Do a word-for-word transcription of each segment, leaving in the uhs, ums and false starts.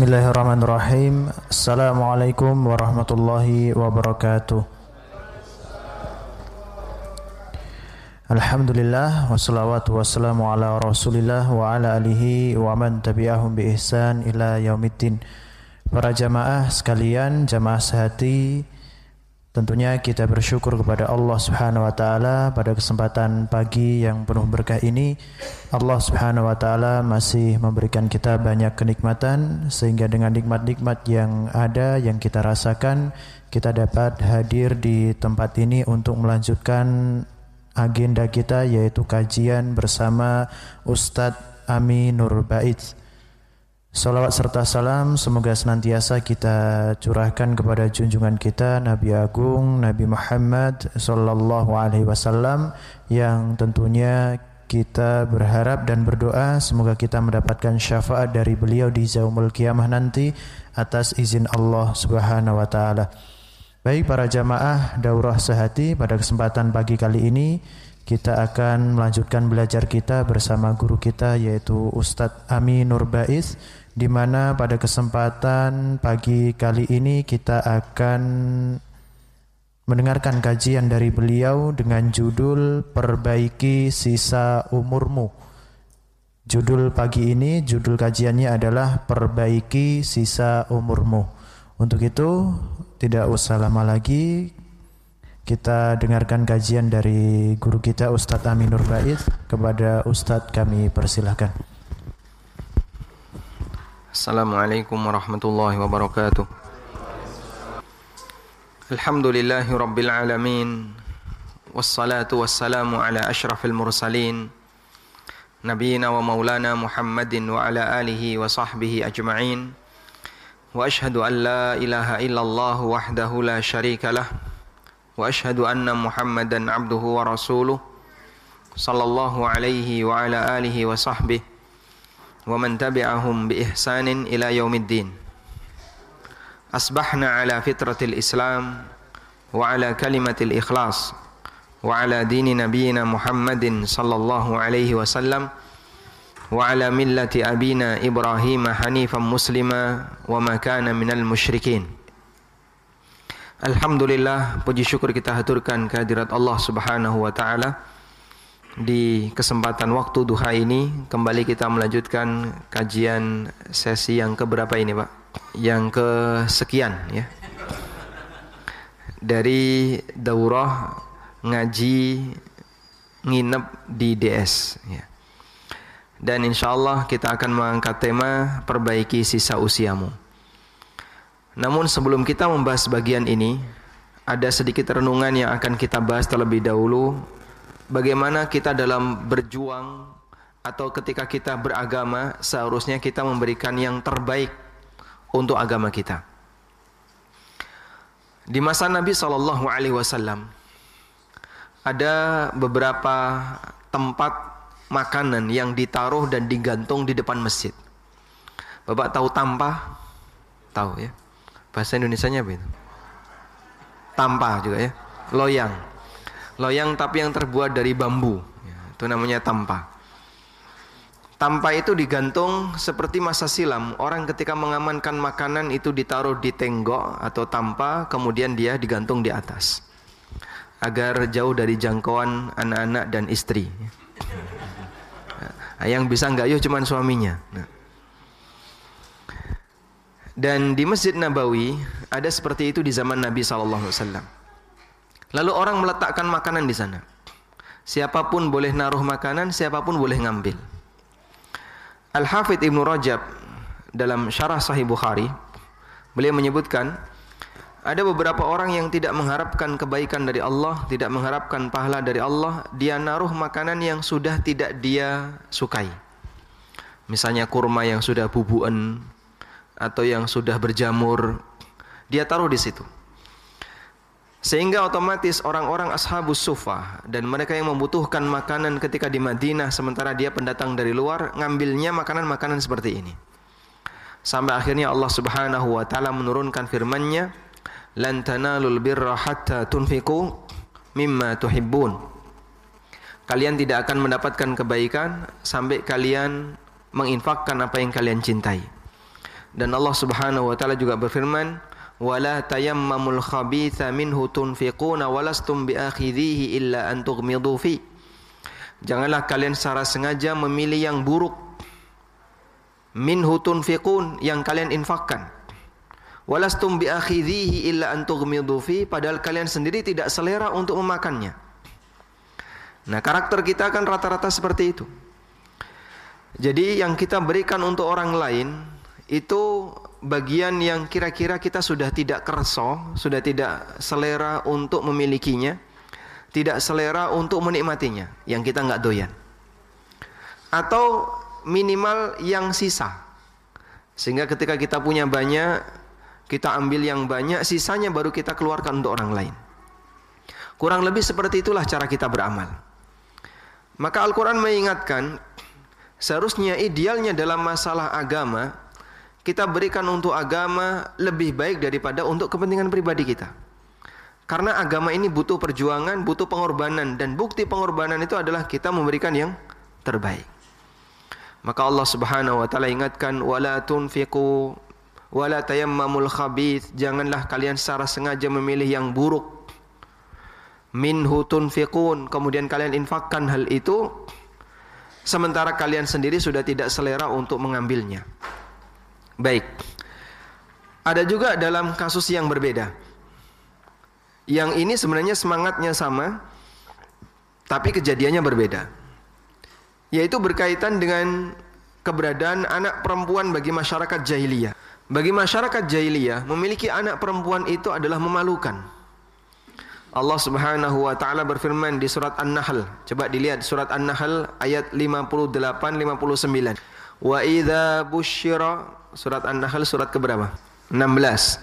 Bismillahirrahmanirrahim. Assalamualaikum warahmatullahi wabarakatuh. Alhamdulillah wassalawatu wassalamu ala Rasulillah wa ala alihi wa man tabi'ahum bi ihsan ila yaumiddin. Para jamaah sekalian, jamaah sehati, tentunya kita bersyukur kepada Allah Subhanahu wa taala pada kesempatan pagi yang penuh berkah ini. Allah Subhanahu wa taala masih memberikan kita banyak kenikmatan, sehingga dengan nikmat-nikmat yang ada yang kita rasakan, kita dapat hadir di tempat ini untuk melanjutkan agenda kita, yaitu kajian bersama Ustadz Ami Nur Bait. Salawat serta salam semoga senantiasa kita curahkan kepada junjungan kita Nabi Agung Nabi Muhammad sallallahu alaihi wasallam, yang tentunya kita berharap dan berdoa semoga kita mendapatkan syafaat dari beliau di yaumul qiyamah nanti atas izin Allah Subhanahu wa taala. Baik para jamaah daurah sehati, pada kesempatan pagi kali ini kita akan melanjutkan belajar kita bersama guru kita, yaitu Ustadz Ami Nur Bait, di mana pada kesempatan pagi kali ini kita akan mendengarkan kajian dari beliau dengan judul Perbaiki Sisa Umurmu. Judul pagi ini, judul kajiannya adalah Perbaiki Sisa Umurmu. Untuk itu tidak usah lama lagi, kita dengarkan kajian dari guru kita Ustadz Ami Nur Bait. Kepada Ustadz kami persilahkan. Assalamualaikum warahmatullahi wabarakatuh. Alhamdulillahi rabbil alamin, wassalatu wassalamu ala ashrafil mursalin, nabiyina wa maulana Muhammadin wa ala alihi wa sahbihi ajma'in. Wa ashhadu an la ilaha illallah wahdahu la syarika lah, wa ashhadu anna Muhammadan abduhu wa rasuluh, sallallahu alaihi wa ala alihi wa sahbihi wa man tabi'ahum bi ihsanin ila yaumiddin. Asbahna ala fitratil Islam wa ala kalimatil ikhlas wa ala dini nabiyina Muhammadin sallallahu alaihi wasallam wa ala millati abina Ibrahim hanifan muslima wa ma kana minal musyrikin. Alhamdulillah, puji syukur kita haturkan kehadirat Allah Subhanahu wa taala. Di kesempatan waktu duha ini kembali kita melanjutkan kajian sesi yang keberapa ini, Pak? Yang kesekian ya. Dari daurah ngaji nginep di D S ya. Dan insyaallah kita akan mengangkat tema perbaiki sisa usiamu. Namun sebelum kita membahas bagian ini, ada sedikit renungan yang akan kita bahas terlebih dahulu. Bagaimana kita dalam berjuang atau ketika kita beragama, seharusnya kita memberikan yang terbaik untuk agama kita. Di masa Nabi shallallahu alaihi wasallam ada beberapa tempat makanan yang ditaruh dan digantung di depan masjid. Bapak tahu tampah? Tahu ya? Bahasa Indonesianya apa itu? Tampah juga ya. Loyang. Loyang tapi yang terbuat dari bambu. Ya, itu namanya tampah. Tampah itu digantung seperti masa silam. Orang ketika mengamankan makanan itu ditaruh di tenggok atau tampah, kemudian dia digantung di atas, agar jauh dari jangkauan anak-anak dan istri. Nah, yang bisa nggayuh cuman suaminya. Nah. Dan di Masjid Nabawi ada seperti itu di zaman Nabi shallallahu alaihi wasallam. Lalu orang meletakkan makanan di sana. Siapapun boleh naruh makanan, siapapun boleh ngambil. Al-Hafidh Ibnu Rajab dalam Syarah Sahih Bukhari, beliau menyebutkan ada beberapa orang yang tidak mengharapkan kebaikan dari Allah, tidak mengharapkan pahala dari Allah, dia naruh makanan yang sudah tidak dia sukai. Misalnya kurma yang sudah bubuan atau yang sudah berjamur, dia taruh di situ. Sehingga otomatis orang-orang ashabus suffah dan mereka yang membutuhkan makanan ketika di Madinah sementara dia pendatang dari luar, ngambilnya makanan-makanan seperti ini. Sampai akhirnya Allah Subhanahu wa taala menurunkan firman-Nya, lan tanalul birra hatta tunfiqu mimma tuhibbun. Kalian tidak akan mendapatkan kebaikan sampai kalian menginfakkan apa yang kalian cintai. Dan Allah Subhanahu wa taala juga berfirman, "Wala tayammamul khabitha minhu tunfiquna walastum biakhidhihi illa an tughmidu fi." Janganlah kalian secara sengaja memilih yang buruk. Minhu tunfiqun, yang kalian infakkan. Walastum biakhidhihi illa an tughmidu fi, padahal kalian sendiri tidak selera untuk memakannya. Nah, karakter kita kan rata-rata seperti itu. Jadi yang kita berikan untuk orang lain itu bagian yang kira-kira kita sudah tidak kerso, sudah tidak selera untuk memilikinya, tidak selera untuk menikmatinya, yang kita nggak doyan. Atau minimal yang sisa. Sehingga ketika kita punya banyak, kita ambil yang banyak, sisanya baru kita keluarkan untuk orang lain. Kurang lebih seperti itulah cara kita beramal. Maka Al-Quran mengingatkan, seharusnya idealnya dalam masalah agama, kita berikan untuk agama lebih baik daripada untuk kepentingan pribadi kita. Karena agama ini butuh perjuangan, butuh pengorbanan, dan bukti pengorbanan itu adalah kita memberikan yang terbaik. Maka Allah Subhanahu wa taala ingatkan, wala tunfiqu wala tayammamul khabith, janganlah kalian secara sengaja memilih yang buruk. Minhu tunfiqun, kemudian kalian infakkan hal itu sementara kalian sendiri sudah tidak selera untuk mengambilnya. Baik. Ada juga dalam kasus yang berbeda. Yang ini sebenarnya semangatnya sama, tapi kejadiannya berbeda. Yaitu berkaitan dengan keberadaan anak perempuan bagi masyarakat jahiliyah. Bagi masyarakat jahiliyah, memiliki anak perempuan itu adalah memalukan. Allah Subhanahu wa taala berfirman di surat An-Nahl. Coba dilihat surat An-Nahl ayat lima puluh delapan lima puluh sembilan. Wa idza busyira, surat An-Nahl surat keberapa? enam belas.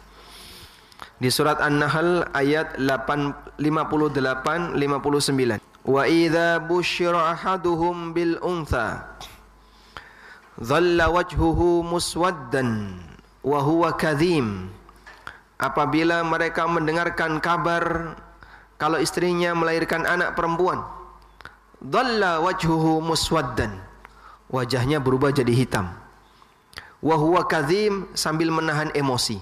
Di surat An-Nahl ayat lima puluh delapan lima puluh sembilan. Wa idza busyira ahaduhum bil untha dhalla wajhuhu muswaddan wa huwa kadhim. Apabila mereka mendengarkan kabar kalau istrinya melahirkan anak perempuan, dhalla wajhuhu muswaddan, wajahnya berubah jadi hitam. Wa huwa kadhim, sambil menahan emosi.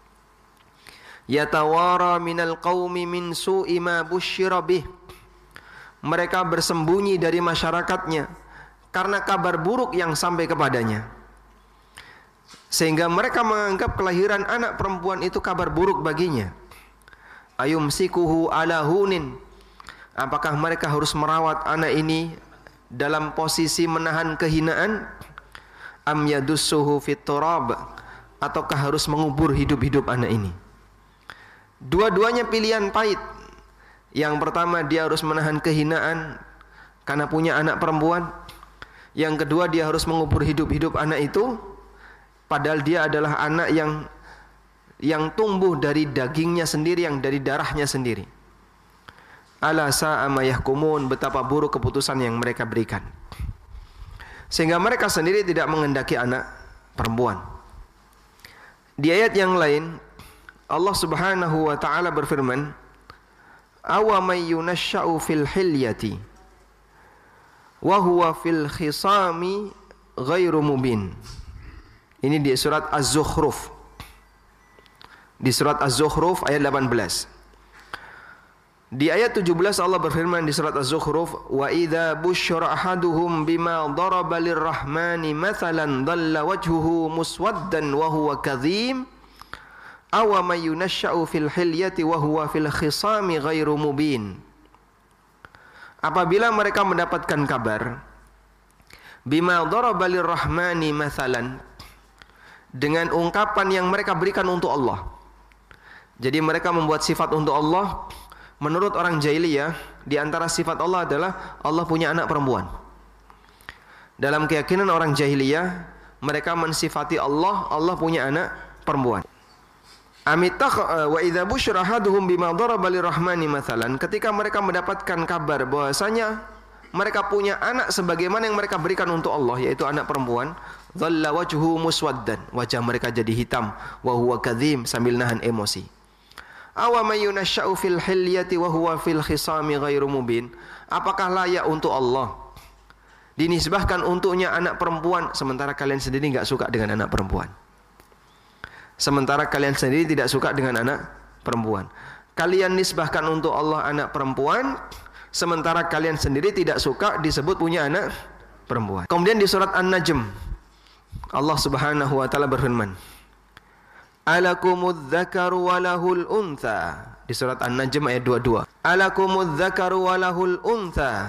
Yatawara minal qaumi min su'i ma busyira bih, mereka bersembunyi dari masyarakatnya karena kabar buruk yang sampai kepadanya, sehingga mereka menganggap kelahiran anak perempuan itu kabar buruk baginya. Ayumsikuhu ala hunin, apakah mereka harus merawat anak ini dalam posisi menahan kehinaan? Am yadussuhu fit turab, ataukah harus mengubur hidup-hidup anak ini? Dua-duanya pilihan pahit. Yang pertama, dia harus menahan kehinaan karena punya anak perempuan. Yang kedua, dia harus mengubur hidup-hidup anak itu, padahal dia adalah anak yang yang tumbuh dari dagingnya sendiri, yang dari darahnya sendiri. Ala sa'a ma yahkumun, betapa buruk keputusan yang mereka berikan. Sehingga mereka sendiri tidak menghendaki anak perempuan. Di ayat yang lain, Allah Subhanahu wa taala berfirman, awa may yunashsha'u fil hilyati wa huwa fil khisami ghairu mubin. Ini di surat Az-Zukhruf. Di surat Az-Zukhruf ayat delapan belas. Di ayat tujuh belas Allah berfirman di surat Az-Zukhruf, wa idza busyira ahaduhum bima daraba lirrahmani mathalan dhalla wajhuhu muswaddan wa huwa kadhim awa may yunashsha'u fil hilyati wa huwa fil khisami ghairu mubin. Apabila mereka mendapatkan kabar bima daraba lirrahmani mathalan, dengan ungkapan yang mereka berikan untuk Allah. Jadi mereka membuat sifat untuk Allah. Menurut orang jahiliyah, di antara sifat Allah adalah Allah punya anak perempuan. Dalam keyakinan orang jahiliyah, mereka mensifati Allah, Allah punya anak perempuan. Amittakh wa idza busyira ahaduhum bima daraba lirrahmani mathalan, ketika mereka mendapatkan kabar bahwasanya mereka punya anak sebagaimana yang mereka berikan untuk Allah, yaitu anak perempuan, dhalla wajhu muswaddan, wajah mereka jadi hitam, wa huwa kadhim, sambil nahan emosi. Awa may yunashsha'u fil hilyati wa huwa fil khisami ghairu mubin, apakah layak untuk Allah dinisbahkan untuknya anak perempuan sementara kalian sendiri enggak suka dengan anak perempuan? sementara kalian sendiri tidak suka dengan anak perempuan. Kalian nisbahkan untuk Allah anak perempuan, sementara kalian sendiri tidak suka disebut punya anak perempuan. Kemudian di surat An-Najm, Allah Subhanahu wa taala berfirman, Alakumudz dzakaru wa lahul untha. Di surat An-Najm ayat dua puluh dua. Alakumudz dzakaru wa lahul untha.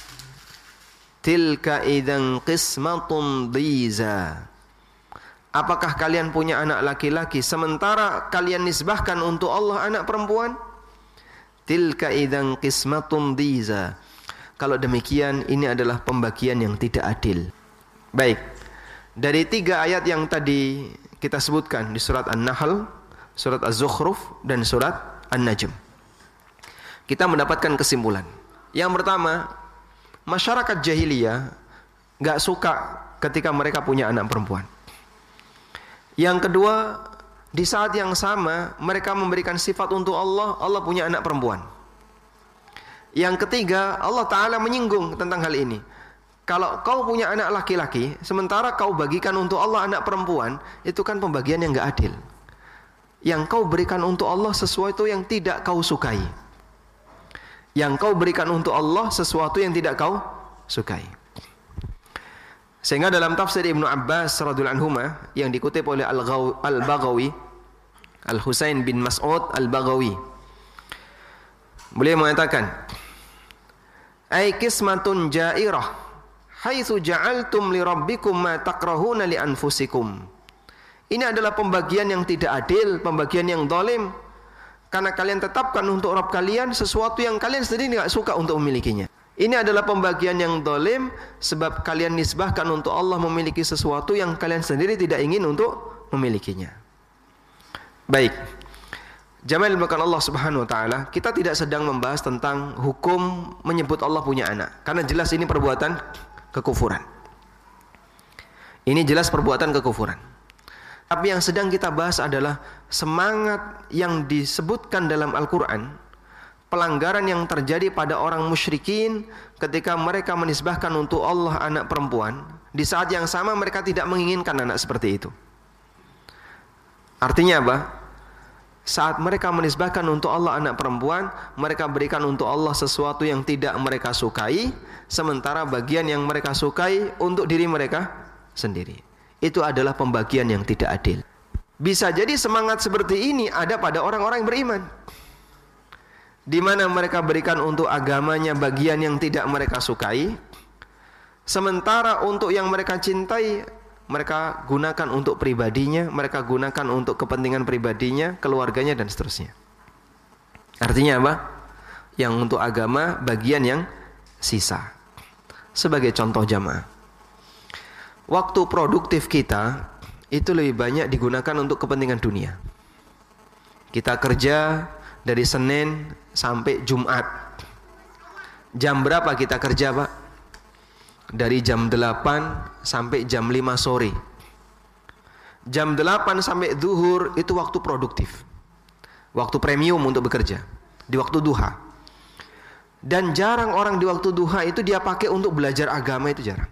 Tilka idzan qismatun dhiza. Apakah kalian punya anak laki-laki sementara kalian nisbahkan untuk Allah anak perempuan? Tilka idzan qismatun dhiza. Kalau demikian, ini adalah pembagian yang tidak adil. Baik. Dari tiga ayat yang tadi kita sebutkan di surat An-Nahl, surat Az-Zukhruf, dan surat An-Najm, kita mendapatkan kesimpulan. Yang pertama, masyarakat jahiliyah gak suka ketika mereka punya anak perempuan. Yang kedua, di saat yang sama mereka memberikan sifat untuk Allah, Allah punya anak perempuan. Yang ketiga, Allah Ta'ala menyinggung tentang hal ini. Kalau kau punya anak laki-laki, sementara kau bagikan untuk Allah anak perempuan, itu kan pembagian yang gak adil. Yang kau berikan untuk Allah sesuatu yang tidak kau sukai. Yang kau berikan untuk Allah sesuatu yang tidak kau sukai. Sehingga dalam tafsir Ibnu Abbas radhiyallahu anhuma yang dikutip oleh Al-Baghawi, Al-Husain bin Mas'ud Al-Baghawi, beliau mengatakan, "Ai qismatun ja'irah haitsu ja'altum li rabbikum ma takrahuna li anfusikum." Ini adalah pembagian yang tidak adil, pembagian yang zalim, karena kalian tetapkan untuk Rabb kalian sesuatu yang kalian sendiri tidak suka untuk memilikinya. Ini adalah pembagian yang zalim sebab kalian nisbahkan untuk Allah memiliki sesuatu yang kalian sendiri tidak ingin untuk memilikinya. Baik. Jamaah dimuliakan Allah Subhanahu wa taala, kita tidak sedang membahas tentang hukum menyebut Allah punya anak, karena jelas ini perbuatan kekufuran. Ini jelas perbuatan kekufuran. Tapi yang sedang kita bahas adalah semangat yang disebutkan dalam Al-Quran, pelanggaran yang terjadi pada orang musyrikin ketika mereka menisbahkan untuk Allah anak perempuan, di saat yang sama mereka tidak menginginkan anak seperti itu. Artinya apa? Saat mereka menisbahkan untuk Allah anak perempuan, mereka berikan untuk Allah sesuatu yang tidak mereka sukai, sementara bagian yang mereka sukai untuk diri mereka sendiri. Itu adalah pembagian yang tidak adil. Bisa jadi semangat seperti ini ada pada orang-orang yang beriman, di mana mereka berikan untuk agamanya bagian yang tidak mereka sukai, sementara untuk yang mereka cintai mereka gunakan untuk pribadinya, mereka gunakan untuk kepentingan pribadinya, keluarganya, dan seterusnya. Artinya apa? Yang untuk agama bagian yang sisa. Sebagai contoh jamaah, waktu produktif kita itu lebih banyak digunakan untuk kepentingan dunia. Kita kerja dari Senin sampai Jumat. Jam berapa kita kerja, Pak? Dari jam delapan sampai jam lima sore. Jam delapan sampai zuhur itu waktu produktif, waktu premium untuk bekerja, di waktu duha. Dan jarang orang di waktu duha itu dia pakai untuk belajar agama, itu jarang.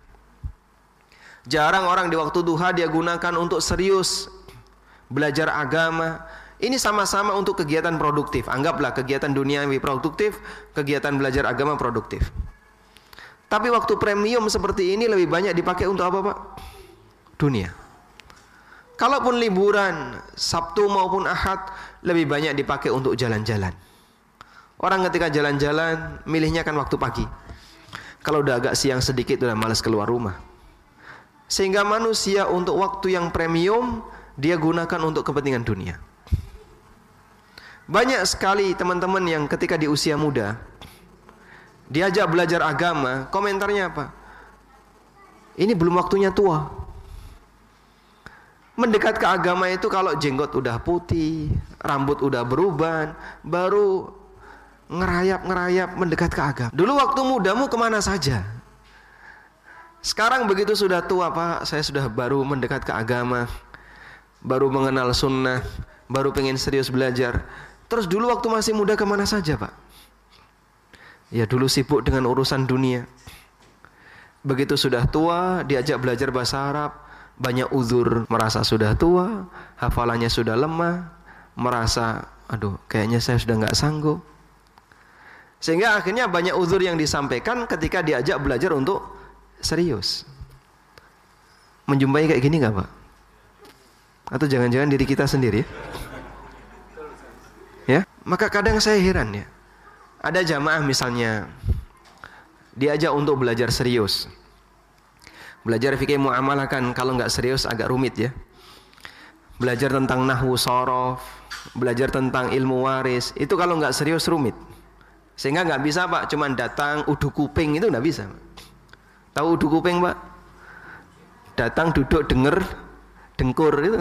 Jarang orang di waktu duha dia gunakan untuk serius belajar agama. Ini sama-sama untuk kegiatan produktif. Anggaplah kegiatan duniawi produktif, kegiatan belajar agama produktif. Tapi waktu premium seperti ini lebih banyak dipakai untuk apa, Pak? Dunia. Kalaupun liburan, Sabtu maupun Ahad, lebih banyak dipakai untuk jalan-jalan. Orang ketika jalan-jalan, milihnya kan waktu pagi. Kalau udah agak siang sedikit, udah malas keluar rumah. Sehingga manusia untuk waktu yang premium dia gunakan untuk kepentingan dunia. Banyak sekali teman-teman yang ketika di usia muda diajak belajar agama, komentarnya apa? Ini belum waktunya tua. Mendekat ke agama itu kalau jenggot udah putih, rambut udah beruban, baru ngerayap-ngerayap mendekat ke agama. Dulu waktu mudamu kemana saja? Sekarang begitu sudah tua, Pak, saya sudah baru mendekat ke agama, baru mengenal sunnah, baru pengen serius belajar. Terus dulu waktu masih muda kemana saja, Pak? Ya dulu sibuk dengan urusan dunia. Begitu sudah tua, diajak belajar bahasa Arab, banyak uzur, merasa sudah tua, hafalannya sudah lemah, merasa aduh kayaknya saya sudah nggak sanggup. Sehingga akhirnya banyak uzur yang disampaikan ketika diajak belajar untuk serius. Menjumpai kayak gini nggak Pak? Atau jangan-jangan diri kita sendiri? Ya, maka kadang saya heran ya. Ada jamaah misalnya diajak untuk belajar serius. Belajar fikih muamalah kan kalau nggak serius agak rumit ya. Belajar tentang nahwu shorof, belajar tentang ilmu waris, itu kalau nggak serius rumit. Sehingga nggak bisa Pak, cuman datang udu kuping itu nggak bisa. Tahu udu kuping Pak? Datang duduk denger dengkur itu.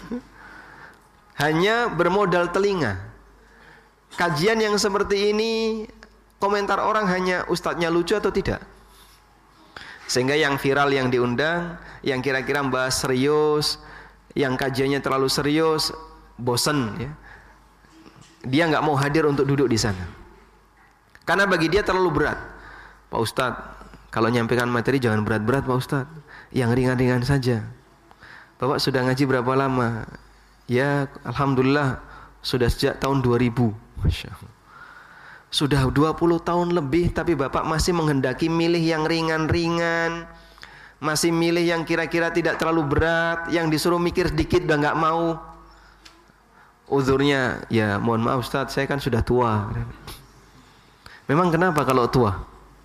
Hanya bermodal telinga. Kajian yang seperti ini komentar orang hanya ustadznya lucu atau tidak. Sehingga yang viral yang diundang, yang kira-kira membahas serius, yang kajiannya terlalu serius, bosen ya. Dia nggak mau hadir untuk duduk di sana. Karena bagi dia terlalu berat. Pak Ustadz, kalau nyampaikan materi jangan berat-berat Pak Ustadz, yang ringan-ringan saja. Bapak sudah ngaji berapa lama? Ya, alhamdulillah sudah sejak tahun dua ribu. Masya Allah. Sudah dua puluh tahun lebih tapi Bapak masih menghendaki milih yang ringan-ringan, masih milih yang kira-kira tidak terlalu berat, yang disuruh mikir sedikit udah nggak mau. Uzurnya, ya mohon maaf Ustadz, saya kan sudah tua. Memang kenapa kalau tua?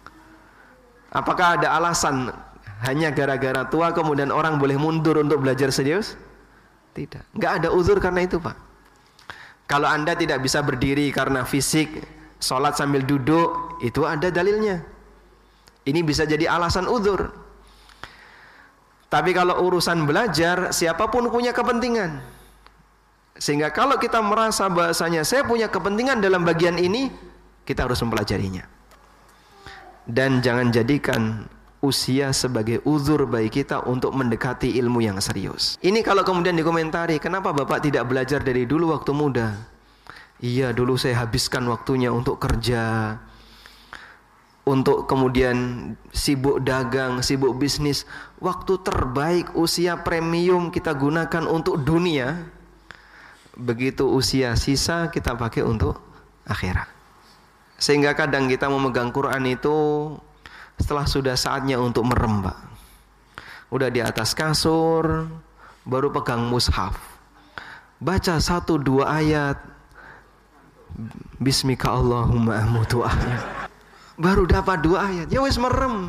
Apakah ada alasan hanya gara-gara tua kemudian orang boleh mundur untuk belajar serius? Tidak, nggak ada uzur karena itu Pak. Kalau Anda tidak bisa berdiri karena fisik, sholat sambil duduk, itu ada dalilnya. Ini bisa jadi alasan uzur. Tapi kalau urusan belajar, siapapun punya kepentingan. Sehingga kalau kita merasa bahasanya saya punya kepentingan dalam bagian ini, kita harus mempelajarinya. Dan jangan jadikan usia sebagai uzur bagi kita untuk mendekati ilmu yang serius. Ini kalau kemudian dikomentari, kenapa Bapak tidak belajar dari dulu waktu muda? Iya, dulu saya habiskan waktunya untuk kerja, untuk kemudian sibuk dagang, sibuk bisnis. Waktu terbaik usia premium kita gunakan untuk dunia. Begitu usia sisa kita pakai untuk akhirat. Sehingga kadang kita memegang Quran itu setelah sudah saatnya untuk merembak. Udah di atas kasur, baru pegang mushaf. Baca satu dua ayat. Bismika Allahumma amutu ahya. Baru dapat dua ayat, ya wes merem.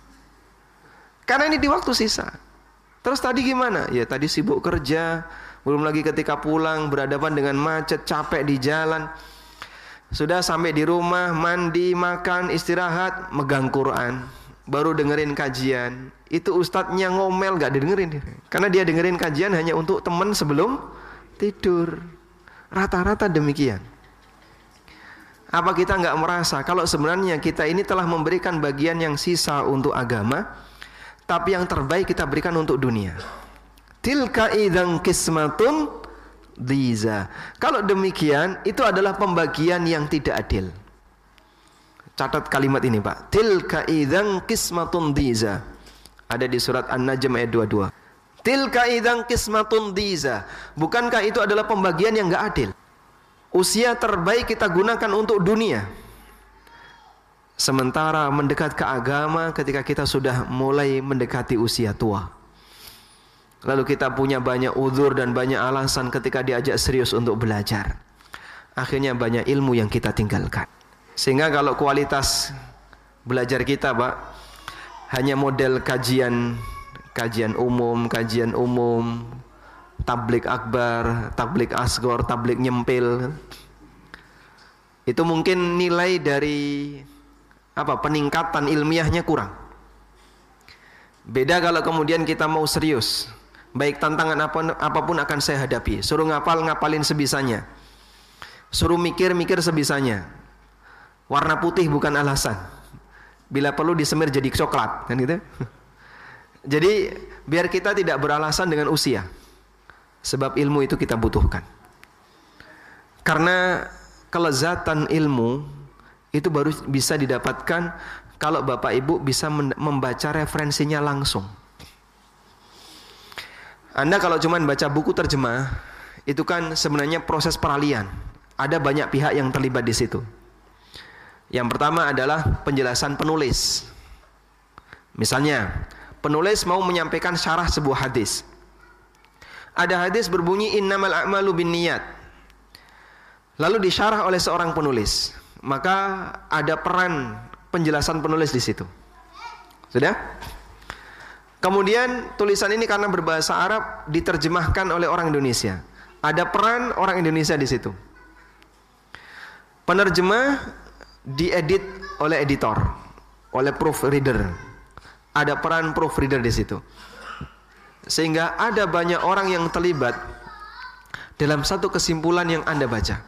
Karena ini di waktu sisa. Terus tadi gimana? Ya tadi sibuk kerja, belum lagi ketika pulang berhadapan dengan macet, capek di jalan. Sudah sampai di rumah, mandi, makan, istirahat, megang Quran, baru dengerin kajian. Itu ustadznya ngomel gak didengerin. Karena dia dengerin kajian hanya untuk teman sebelum tidur. Rata-rata demikian. Apa kita nggak merasa kalau sebenarnya kita ini telah memberikan bagian yang sisa untuk agama, tapi yang terbaik kita berikan untuk dunia? Tilka idzan qismatun dhiza. Kalau demikian, itu adalah pembagian yang tidak adil. Catat kalimat ini Pak. Tilka idzan qismatun dhiza. Ada di surat An-Najm ayat dua puluh dua. Tilka idzan qismatun dhiza. Bukankah itu adalah pembagian yang nggak adil? Usia terbaik kita gunakan untuk dunia, sementara mendekat ke agama ketika kita sudah mulai mendekati usia tua. Lalu kita punya banyak uzur dan banyak alasan ketika diajak serius untuk belajar. Akhirnya banyak ilmu yang kita tinggalkan. Sehingga kalau kualitas belajar kita Pak hanya model kajian kajian umum, kajian umum, tablik akbar, tablik asgor, tablik nyempil, itu mungkin nilai dari apa peningkatan ilmiahnya kurang. Beda kalau kemudian kita mau serius, baik tantangan apa, apapun akan saya hadapi. Suruh ngapal, ngapalin sebisanya. Suruh mikir, mikir sebisanya. Warna putih bukan alasan. Bila perlu disemir jadi coklat, kan gitu. Jadi biar kita tidak beralasan dengan usia. Sebab ilmu itu kita butuhkan. Karena kelezatan ilmu itu baru bisa didapatkan kalau Bapak Ibu bisa membaca referensinya langsung. Anda kalau cuma baca buku terjemah, itu kan sebenarnya proses peralihan. Ada banyak pihak yang terlibat di situ. Yang pertama adalah penjelasan penulis. Misalnya, penulis mau menyampaikan syarah sebuah hadis. Ada hadis berbunyi innamal a'malu binniyat. Lalu disyarah oleh seorang penulis. Maka ada peran penjelasan penulis di situ. Sudah? Kemudian tulisan ini karena berbahasa Arab diterjemahkan oleh orang Indonesia. Ada peran orang Indonesia di situ. Penerjemah diedit oleh editor, oleh proofreader. Ada peran proofreader di situ. Sehingga ada banyak orang yang terlibat dalam satu kesimpulan yang Anda baca.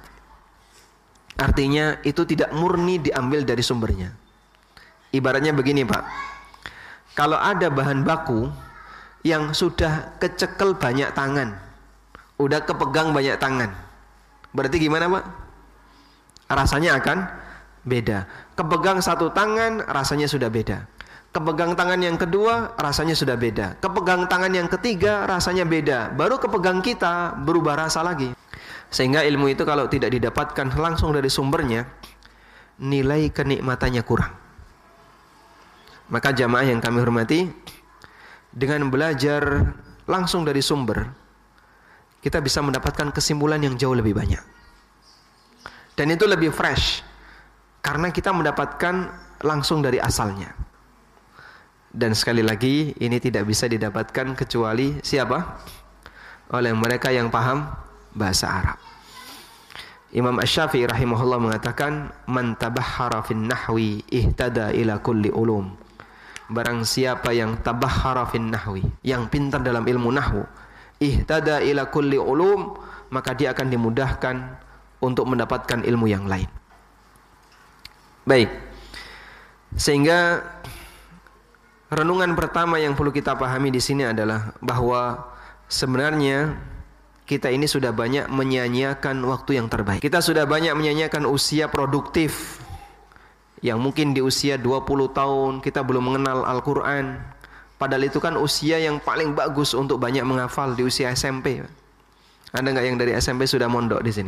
Artinya itu tidak murni diambil dari sumbernya. Ibaratnya begini, Pak. Kalau ada bahan baku yang sudah kecekel banyak tangan, udah kepegang banyak tangan, berarti gimana, Pak? Rasanya akan beda. Kepegang satu tangan, rasanya sudah beda. Kepegang tangan yang kedua, rasanya sudah beda. Kepegang tangan yang ketiga, rasanya beda. Baru kepegang kita, berubah rasa lagi. Sehingga ilmu itu kalau tidak didapatkan langsung dari sumbernya, nilai kenikmatannya kurang. Maka jamaah yang kami hormati, dengan belajar langsung dari sumber, kita bisa mendapatkan kesimpulan yang jauh lebih banyak. Dan itu lebih fresh, karena kita mendapatkan langsung dari asalnya. Dan sekali lagi, ini tidak bisa didapatkan kecuali siapa? Oleh mereka yang paham bahasa Arab. Imam Asy-Syafi'i rahimahullah mengatakan, man tabahhara fin nahwi ihtada ila kulli ulum. Barang siapa yang tabahhara fin nahwi, yang pintar dalam ilmu nahwu, ihtada ila kulli ulum, maka dia akan dimudahkan untuk mendapatkan ilmu yang lain. Baik. Sehingga renungan pertama yang perlu kita pahami di sini adalah bahwa sebenarnya kita ini sudah banyak menyia-nyiakan waktu yang terbaik. Kita sudah banyak menyia-nyiakan usia produktif. Yang mungkin di usia dua puluh tahun kita belum mengenal Al-Quran. Padahal itu kan usia yang paling bagus untuk banyak menghafal di usia S M P. Ada nggak yang dari S M P sudah mondok di sini?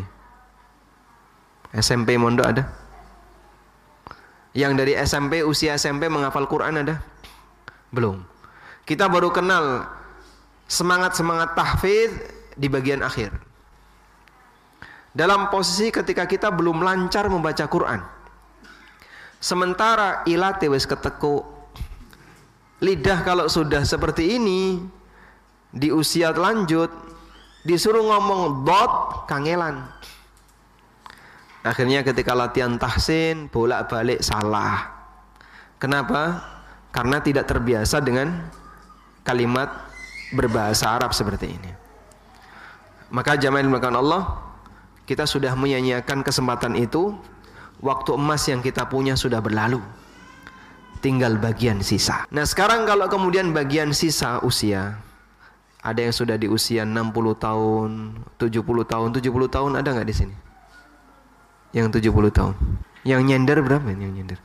S M P mondok ada? Yang dari S M P, usia S M P menghafal Quran ada? Belum. Kita baru kenal semangat-semangat tahfidz di bagian akhir. Dalam posisi ketika kita belum lancar membaca Quran. Sementara ilate wis ketekuk. Lidah kalau sudah seperti ini, di usia lanjut, disuruh ngomong dot, kangelan. Akhirnya ketika latihan tahsin, bolak-balik salah. Kenapa? Karena tidak terbiasa dengan kalimat berbahasa Arab seperti ini. Maka jamaah yang dimuliakan Allah, kita sudah menyia-nyiakan kesempatan itu. Waktu emas yang kita punya sudah berlalu. Tinggal bagian sisa. Nah sekarang kalau kemudian bagian sisa usia, ada yang sudah di usia enam puluh tahun, tujuh puluh tahun. tujuh puluh tahun ada nggak di sini? Yang tujuh puluh tahun. Yang nyender berapa yang nyender?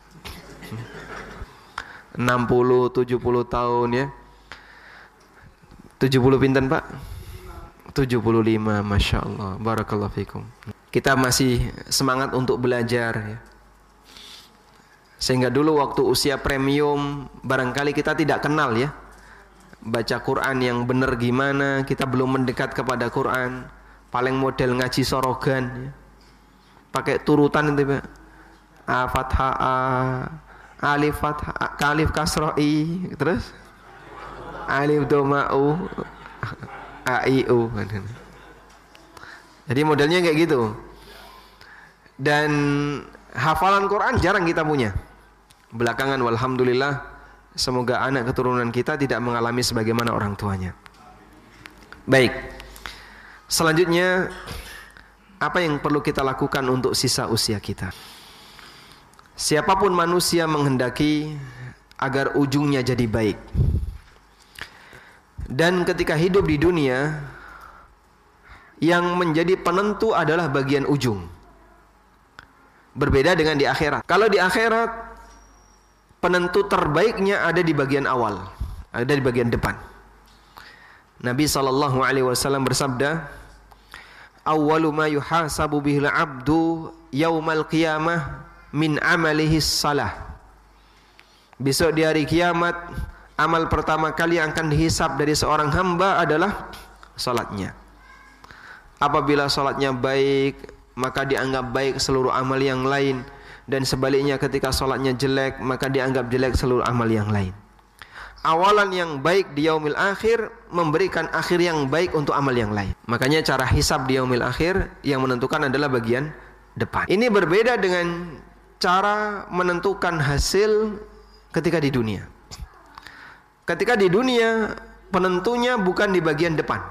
enam puluh, tujuh puluh tahun ya. tujuh puluh pinten Pak? tujuh puluh lima, Masya Allah. Barakallahu fikum. Kita masih semangat untuk belajar ya. Sehingga dulu waktu usia premium barangkali kita tidak kenal ya, baca Quran yang benar gimana, kita belum mendekat kepada Quran. Paling model ngaji sorogan ya. Pakai turutan itu Pak. A fathah A, alif fathah A, alif kasroh I, terus alif doma U, A I U. Jadi modelnya kayak gitu. Dan hafalan Quran jarang kita punya. Belakangan walhamdulillah, semoga anak keturunan kita tidak mengalami sebagaimana orang tuanya. Baik. Selanjutnya, apa yang perlu kita lakukan untuk sisa usia kita? Siapapun manusia menghendaki agar ujungnya jadi baik. Dan ketika hidup di dunia, yang menjadi penentu adalah bagian ujung. Berbeda dengan di akhirat. Kalau di akhirat, penentu terbaiknya ada di bagian awal, ada di bagian depan. Nabi sallallahu alaihi wasallam bersabda, "Awwalu ma yuhasabu bihil 'abdu yaumal qiyamah min amalihi shalah." Besok di hari kiamat, amal pertama kali yang akan dihisab dari seorang hamba adalah salatnya. Apabila salatnya baik, maka dianggap baik seluruh amal yang lain, dan sebaliknya ketika salatnya jelek, maka dianggap jelek seluruh amal yang lain. Awalan yang baik di yaumil akhir memberikan akhir yang baik untuk amal yang lain. Makanya cara hisab di yaumil akhir yang menentukan adalah bagian depan. Ini berbeda dengan cara menentukan hasil ketika di dunia. Ketika di dunia, penentunya bukan di bagian depan,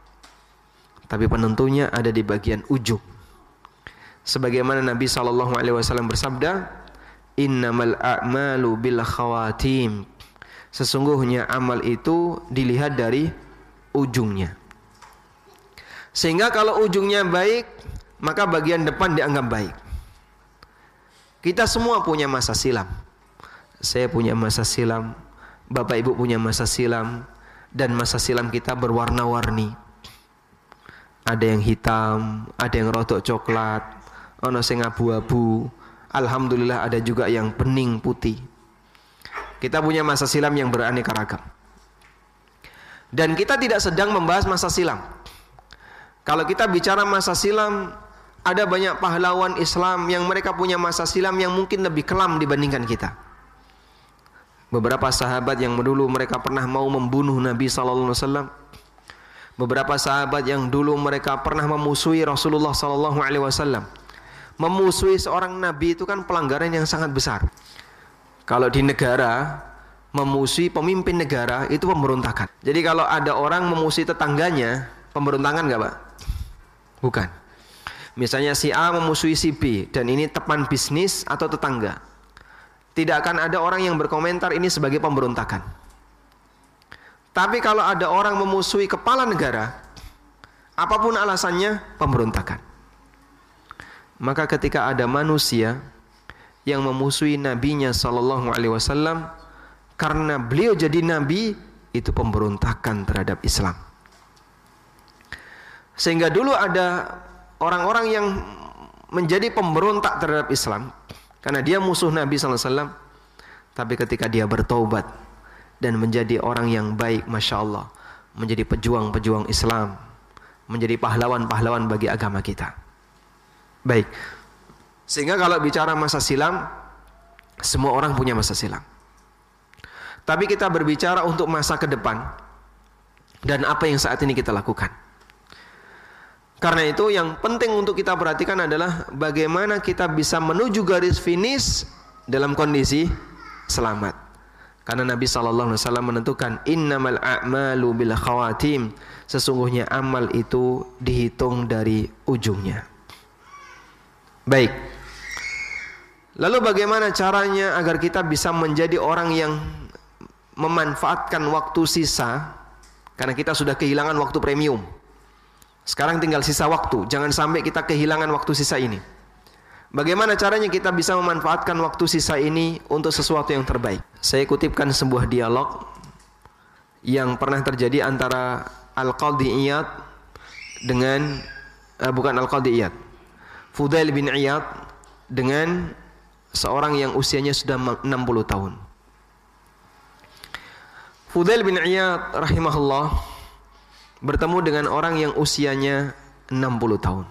tapi penentunya ada di bagian ujung. Sebagaimana Nabi sallallahu alaihi wasallam bersabda, "Innamal a'malu bil khawatim." Sesungguhnya amal itu dilihat dari ujungnya. Sehingga kalau ujungnya baik, maka bagian depan dianggap baik. Kita semua punya masa silam. Saya punya masa silam, Bapak Ibu punya masa silam, dan masa silam kita berwarna-warni. Ada yang hitam, ada yang rodok coklat, ono sing abu-abu. Alhamdulillah ada juga yang bening putih. Kita punya masa silam yang beraneka ragam. Dan kita tidak sedang membahas masa silam. Kalau kita bicara masa silam, ada banyak pahlawan Islam yang mereka punya masa silam yang mungkin lebih kelam dibandingkan kita. Beberapa sahabat yang dulu mereka pernah mau membunuh Nabi sallallahu alaihi wasallam. Beberapa sahabat yang dulu mereka pernah memusuhi Rasulullah sallallahu alaihi wasallam. Memusuhi seorang nabi itu kan pelanggaran yang sangat besar. Kalau di negara, memusuhi pemimpin negara itu pemberontakan. Jadi kalau ada orang memusuhi tetangganya, pemberontakan enggak, Pak? Bukan. Misalnya si A memusuhi si B, dan ini teman bisnis atau tetangga. Tidak akan ada orang yang berkomentar ini sebagai pemberontakan. Tapi kalau ada orang memusuhi kepala negara, apapun alasannya, pemberontakan. Maka ketika ada manusia yang memusuhi nabinya sallallahu alaihi wasallam karena beliau jadi nabi, itu pemberontakan terhadap Islam. Sehingga dulu ada orang-orang yang menjadi pemberontak terhadap Islam karena dia musuh Nabi sallallahu alaihi wasallam, tapi ketika dia bertaubat dan menjadi orang yang baik, masya Allah, menjadi pejuang-pejuang Islam, menjadi pahlawan-pahlawan bagi agama kita. Baik. Sehingga kalau bicara masa silam, semua orang punya masa silam. Tapi kita berbicara untuk masa ke depan dan apa yang saat ini kita lakukan. Karena itu yang penting untuk kita perhatikan adalah bagaimana kita bisa menuju garis finish dalam kondisi selamat. Karena Nabi sallallahu alaihi wasallam menentukan innamal a'malu bil khawatim, sesungguhnya amal itu dihitung dari ujungnya. Baik. Lalu bagaimana caranya agar kita bisa menjadi orang yang memanfaatkan waktu sisa, karena kita sudah kehilangan waktu premium. Sekarang tinggal sisa waktu, jangan sampai kita kehilangan waktu sisa ini. Bagaimana caranya kita bisa memanfaatkan waktu sisa ini untuk sesuatu yang terbaik? Saya kutipkan sebuah dialog yang pernah terjadi antara Al-Qadhi Iyad dengan eh, bukan Al-Qadhi Iyad, Fudail bin Iyad dengan seorang yang usianya sudah enam puluh tahun. Fudail bin Iyad rahimahullah bertemu dengan orang yang usianya enam puluh tahun.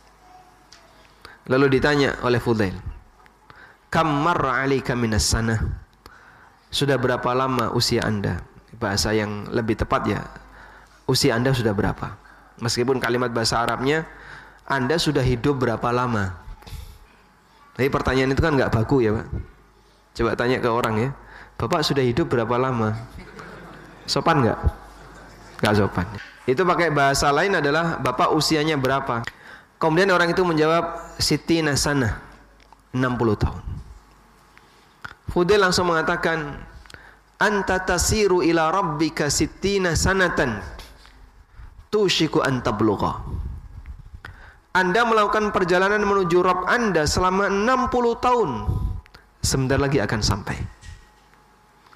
Lalu ditanya oleh Fudail, "Kam marra 'alaika minas sanah?" Sudah berapa lama usia Anda? Bahasa yang lebih tepat ya, usia Anda sudah berapa? Meskipun kalimat bahasa Arabnya, Anda sudah hidup berapa lama? Tapi pertanyaan itu kan nggak baku ya, Pak. Coba tanya ke orang ya, Bapak sudah hidup berapa lama? Sopan nggak? Nggak sopan. Itu pakai bahasa lain adalah Bapak usianya berapa? Kemudian orang itu menjawab sitina sana, enam puluh tahun. Fudail langsung mengatakan, anta tasiru ila rabbika sitina sanatan tushiku an tablugha. Anda melakukan perjalanan menuju Rabb Anda selama enam puluh tahun, sebentar lagi akan sampai.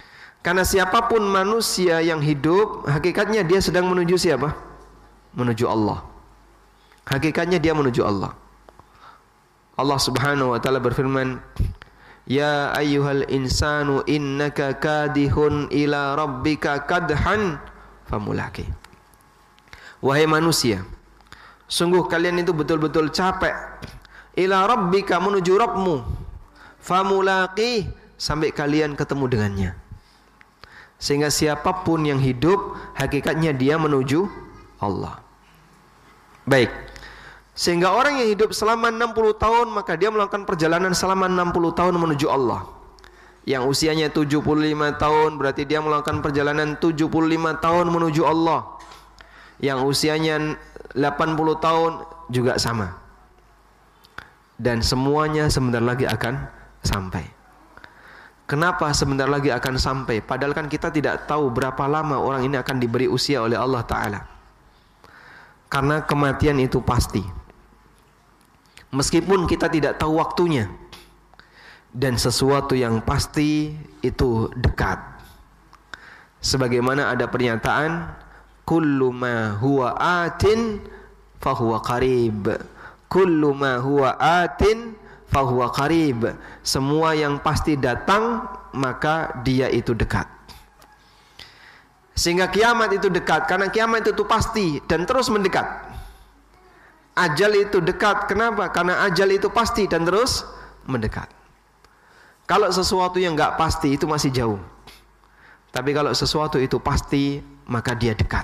Karena siapapun manusia yang hidup, hakikatnya dia sedang menuju siapa? Menuju Allah. Hakikatnya dia menuju Allah. Allah Subhanahu wa taala berfirman, "Ya ayyuhal insanu innaka kadihun ila rabbika kadhan famulaqi." Wahai manusia, sungguh kalian itu betul-betul capek ila rabbika, menuju Rabbmu, famulaqi, sampai kalian ketemu dengannya. Sehingga siapapun yang hidup, hakikatnya dia menuju Allah. Baik. Sehingga orang yang hidup selama enam puluh tahun, maka dia melakukan perjalanan selama enam puluh tahun menuju Allah. Yang usianya tujuh puluh lima tahun, berarti dia melakukan perjalanan tujuh puluh lima tahun menuju Allah. Yang usianya delapan puluh tahun juga sama. Dan semuanya sebentar lagi akan sampai. Kenapa sebentar lagi akan sampai? Padahal kan kita tidak tahu berapa lama orang ini akan diberi usia oleh Allah Ta'ala. Karena kematian itu pasti. Meskipun kita tidak tahu waktunya. Dan sesuatu yang pasti itu dekat. Sebagaimana ada pernyataan, kullu ma huwa atin fahuwa qarib. Kullu ma huwa atin fahuwa qarib. Semua yang pasti datang, maka dia itu dekat. Sehingga kiamat itu dekat, karena kiamat itu pasti dan terus mendekat. Ajal itu dekat, kenapa? Karena ajal itu pasti dan terus mendekat. Kalau sesuatu yang enggak pasti itu masih jauh. Tapi kalau sesuatu itu pasti, maka dia dekat.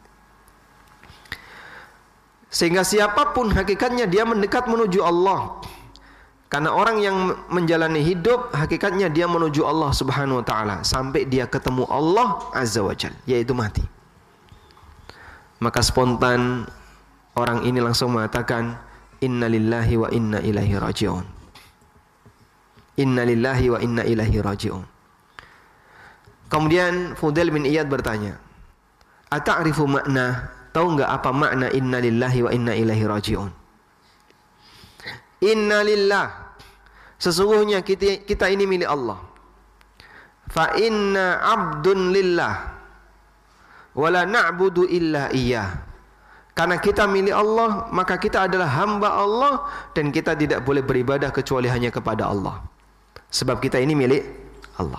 Sehingga siapapun hakikatnya dia mendekat menuju Allah. Karena orang yang menjalani hidup, hakikatnya dia menuju Allah Subhanahu wa taala sampai dia ketemu Allah Azza wa Jalla, yaitu mati. Maka spontan orang ini langsung mengatakan, inna lillahi wa inna ilaihi raji'un. Inna lillahi wa inna ilaihi raji'un. Kemudian Fudail bin Iyad bertanya, ata'rifu makna, tahu enggak apa makna inna lillahi wa inna ilaihi raji'un? Inna lillah, sesungguhnya kita, kita ini milik Allah. Fa inna abdun lillah wala na'budu illa iyyah. Karena kita milik Allah, maka kita adalah hamba Allah dan kita tidak boleh beribadah kecuali hanya kepada Allah. Sebab kita ini milik Allah.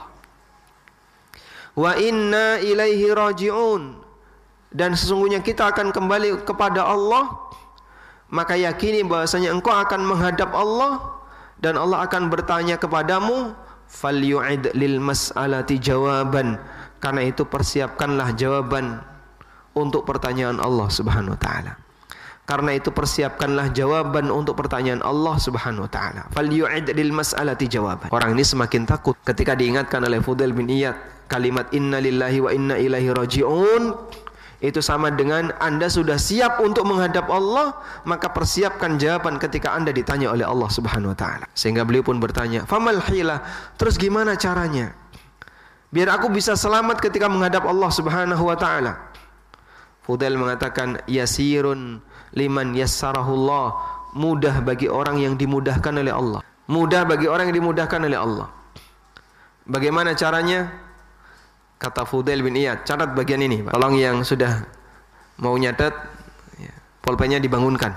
Wa inna ilaihi raji'un, dan sesungguhnya kita akan kembali kepada Allah. Maka yakini bahwasanya engkau akan menghadap Allah dan Allah akan bertanya kepadamu, falyu'id lil mas'alati jawaban. Karena itu persiapkanlah jawaban untuk pertanyaan Allah Subhanahu wa taala. Karena itu persiapkanlah jawaban untuk pertanyaan Allah Subhanahu wa taala. Falyu'id lil mas'alati jawaban. Orang ini semakin takut ketika diingatkan oleh Fudail bin Iyad kalimat inna lillahi wa inna ilaihi raji'un. Itu sama dengan Anda sudah siap untuk menghadap Allah, maka persiapkan jawaban ketika Anda ditanya oleh Allah Subhanahu wa taala. Sehingga beliau pun bertanya, famal hilah, terus gimana caranya biar aku bisa selamat ketika menghadap Allah Subhanahu wa taala? Fudail mengatakan, yasirun liman yassarahullah, mudah bagi orang yang dimudahkan oleh Allah. Mudah bagi orang yang dimudahkan oleh Allah. Bagaimana caranya? Kata Fudail bin Iyad, catat bagian ini, Pak. Tolong yang sudah mau nyatat, ya, pulpennya dibangunkan.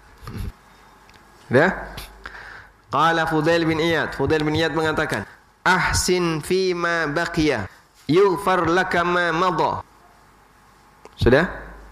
Ya? Qala Fudail bin Iyad, Fudail bin Iyad mengatakan, ahsin fima baqiya yughfar laka ma madha. Sudah?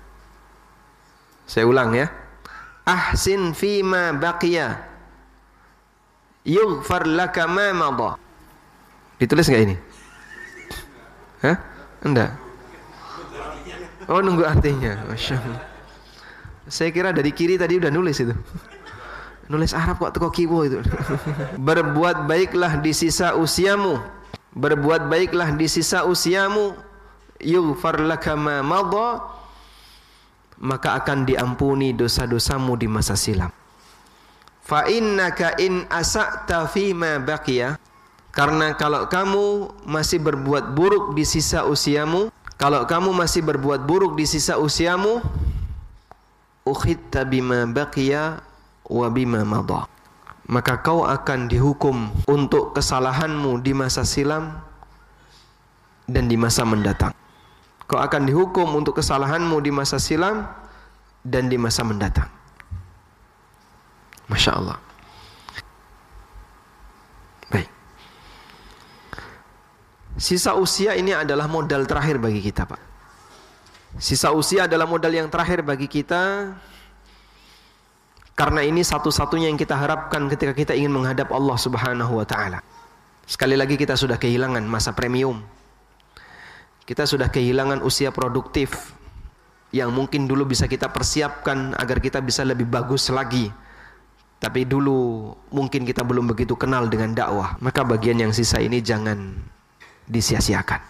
Saya ulang ya. Ahsin fima baqiya yughfar laka ma madha. Ditulis enggak ini? Hah? Enggak. Oh, nunggu artinya. Masya Allah. Saya kira dari kiri tadi udah nulis itu. Nulis Arab kok teko kiwo itu. Berbuat baiklah di sisa usiamu. Berbuat baiklah di sisa usiamu. Yughfar laka ma madha, maka akan diampuni dosa-dosamu di masa silam. Fa innaka in asa'ta fima baqiya, karena kalau kamu masih berbuat buruk di sisa usiamu, kalau kamu masih berbuat buruk di sisa usiamu, ukhitta bima baqiya wa bima madha, maka kau akan dihukum untuk kesalahanmu di masa silam dan di masa mendatang. Kau akan dihukum untuk kesalahanmu di masa silam dan di masa mendatang. Masya Allah. Baik. Sisa usia ini adalah modal terakhir bagi kita, Pak. Sisa usia adalah modal yang terakhir bagi kita, karena ini satu-satunya yang kita harapkan ketika kita ingin menghadap Allah Subhanahu wa taala. Sekali lagi kita sudah kehilangan masa premium. Kita sudah kehilangan usia produktif yang mungkin dulu bisa kita persiapkan agar kita bisa lebih bagus lagi. Tapi dulu mungkin kita belum begitu kenal dengan dakwah. Maka bagian yang sisa ini jangan disia-siakan.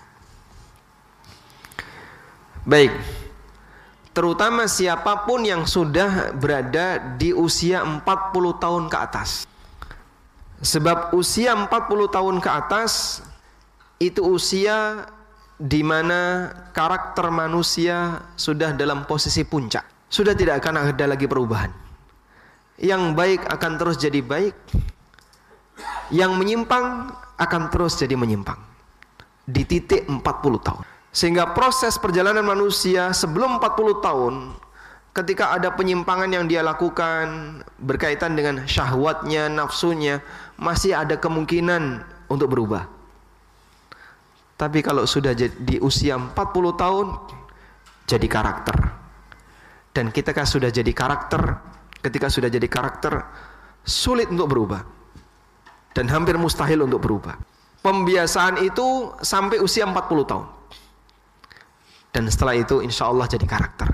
Baik. Terutama siapapun yang sudah berada di usia empat puluh tahun ke atas. Sebab usia empat puluh tahun ke atas itu usia di mana karakter manusia sudah dalam posisi puncak. Sudah tidak akan ada lagi perubahan. Yang baik akan terus jadi baik, yang menyimpang akan terus jadi menyimpang. Di titik empat puluh tahun. Sehingga proses perjalanan manusia sebelum empat puluh tahun, ketika ada penyimpangan yang dia lakukan berkaitan dengan syahwatnya, nafsunya, masih ada kemungkinan untuk berubah. Tapi kalau sudah di usia empat puluh tahun, jadi karakter. Dan ketika sudah jadi karakter, ketika sudah jadi karakter, sulit untuk berubah. Dan hampir mustahil untuk berubah. Pembiasaan itu sampai usia empat puluh tahun. Dan setelah itu insya Allah jadi karakter.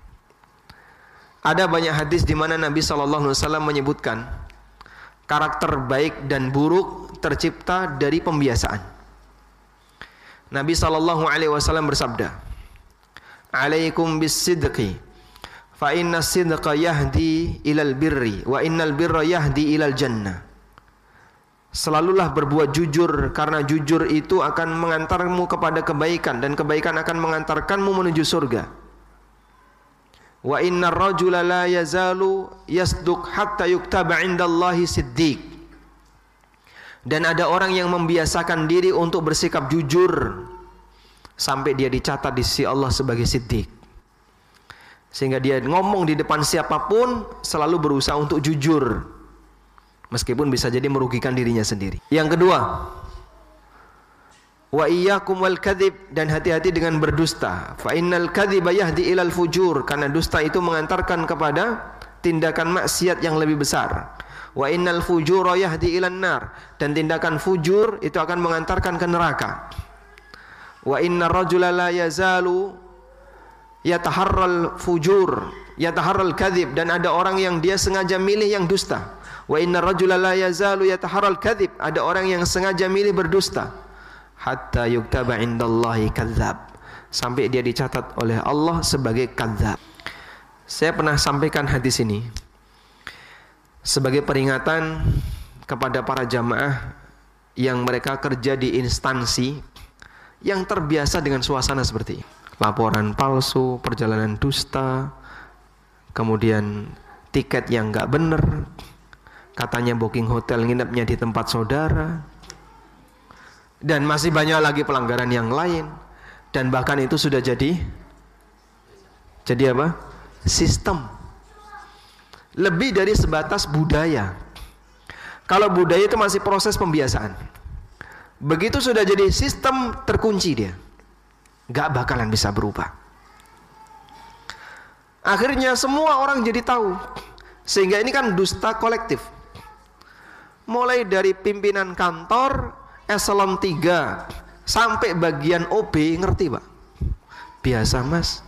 Ada banyak hadis di mana Nabi shallallahu alaihi wasallam menyebutkan karakter baik dan buruk tercipta dari pembiasaan. Nabi shallallahu alaihi wasallam bersabda, "Alaikum bis-sidqi, fa inna as-sidqa yahdi ilal birri, wa innal birra yahdi ilal jannah." Selalulah berbuat jujur, karena jujur itu akan mengantarmu kepada kebaikan, dan kebaikan akan mengantarkanmu menuju surga. Wa innar rajula la yazalu yasduq hatta yuktaba 'indallahi siddiq. Dan ada orang yang membiasakan diri untuk bersikap jujur sampai dia dicatat di sisi Allah sebagai siddiq. Sehingga dia ngomong di depan siapapun selalu berusaha untuk jujur, meskipun bisa jadi merugikan dirinya sendiri. Yang kedua, wa iyyakum wal kadzib, dan hati-hati dengan berdusta. Fa innal kadziba yahdi ilal fujur, karena dusta itu mengantarkan kepada tindakan maksiat yang lebih besar. Wa innal fujura yahdi ilan nar, dan tindakan fujur itu akan mengantarkan ke neraka. Wa innar rajula la yazalu yataharral fujur, yataharral kadzib, dan ada orang yang dia sengaja milih yang dusta. Wa innar rajula la yazalu yataharral kadzib, ada orang yang sengaja milih berdusta. Hatta yuktaba 'indallahi kadzdzab, sampai dia dicatat oleh Allah sebagai kadzdzab. Saya pernah sampaikan hadis ini sebagai peringatan kepada para jamaah yang mereka kerja di instansi yang terbiasa dengan suasana seperti ini. Laporan palsu, perjalanan dusta, kemudian tiket yang nggak benar, katanya booking hotel nginepnya di tempat saudara, dan masih banyak lagi pelanggaran yang lain. Dan bahkan itu sudah jadi jadi apa? Sistem. Lebih dari sebatas budaya. Kalau budaya itu masih proses pembiasaan. Begitu sudah jadi sistem, terkunci dia, gak bakalan bisa berubah. Akhirnya semua orang jadi tahu. Sehingga ini kan dusta kolektif. Mulai dari pimpinan kantor eselon tiga sampai bagian O B, ngerti Pak? Biasa Mas.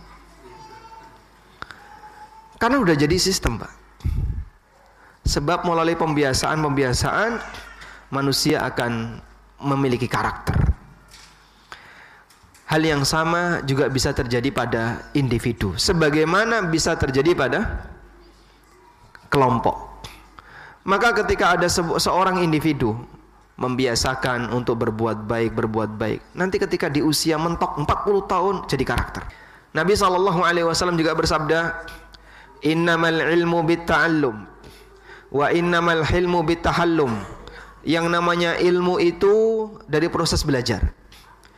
Karena udah jadi sistem Pak. Sebab melalui pembiasaan-pembiasaan manusia akan memiliki karakter. Hal yang sama juga bisa terjadi pada individu, sebagaimana bisa terjadi pada kelompok. Maka ketika ada seorang individu membiasakan untuk berbuat baik, berbuat baik, nanti ketika di usia mentok empat puluh tahun jadi karakter. Nabi shallallahu alaihi wasallam juga bersabda, "Innamal ilmu bitta'allum wa innamal hilmu bittahallum." Yang namanya ilmu itu dari proses belajar.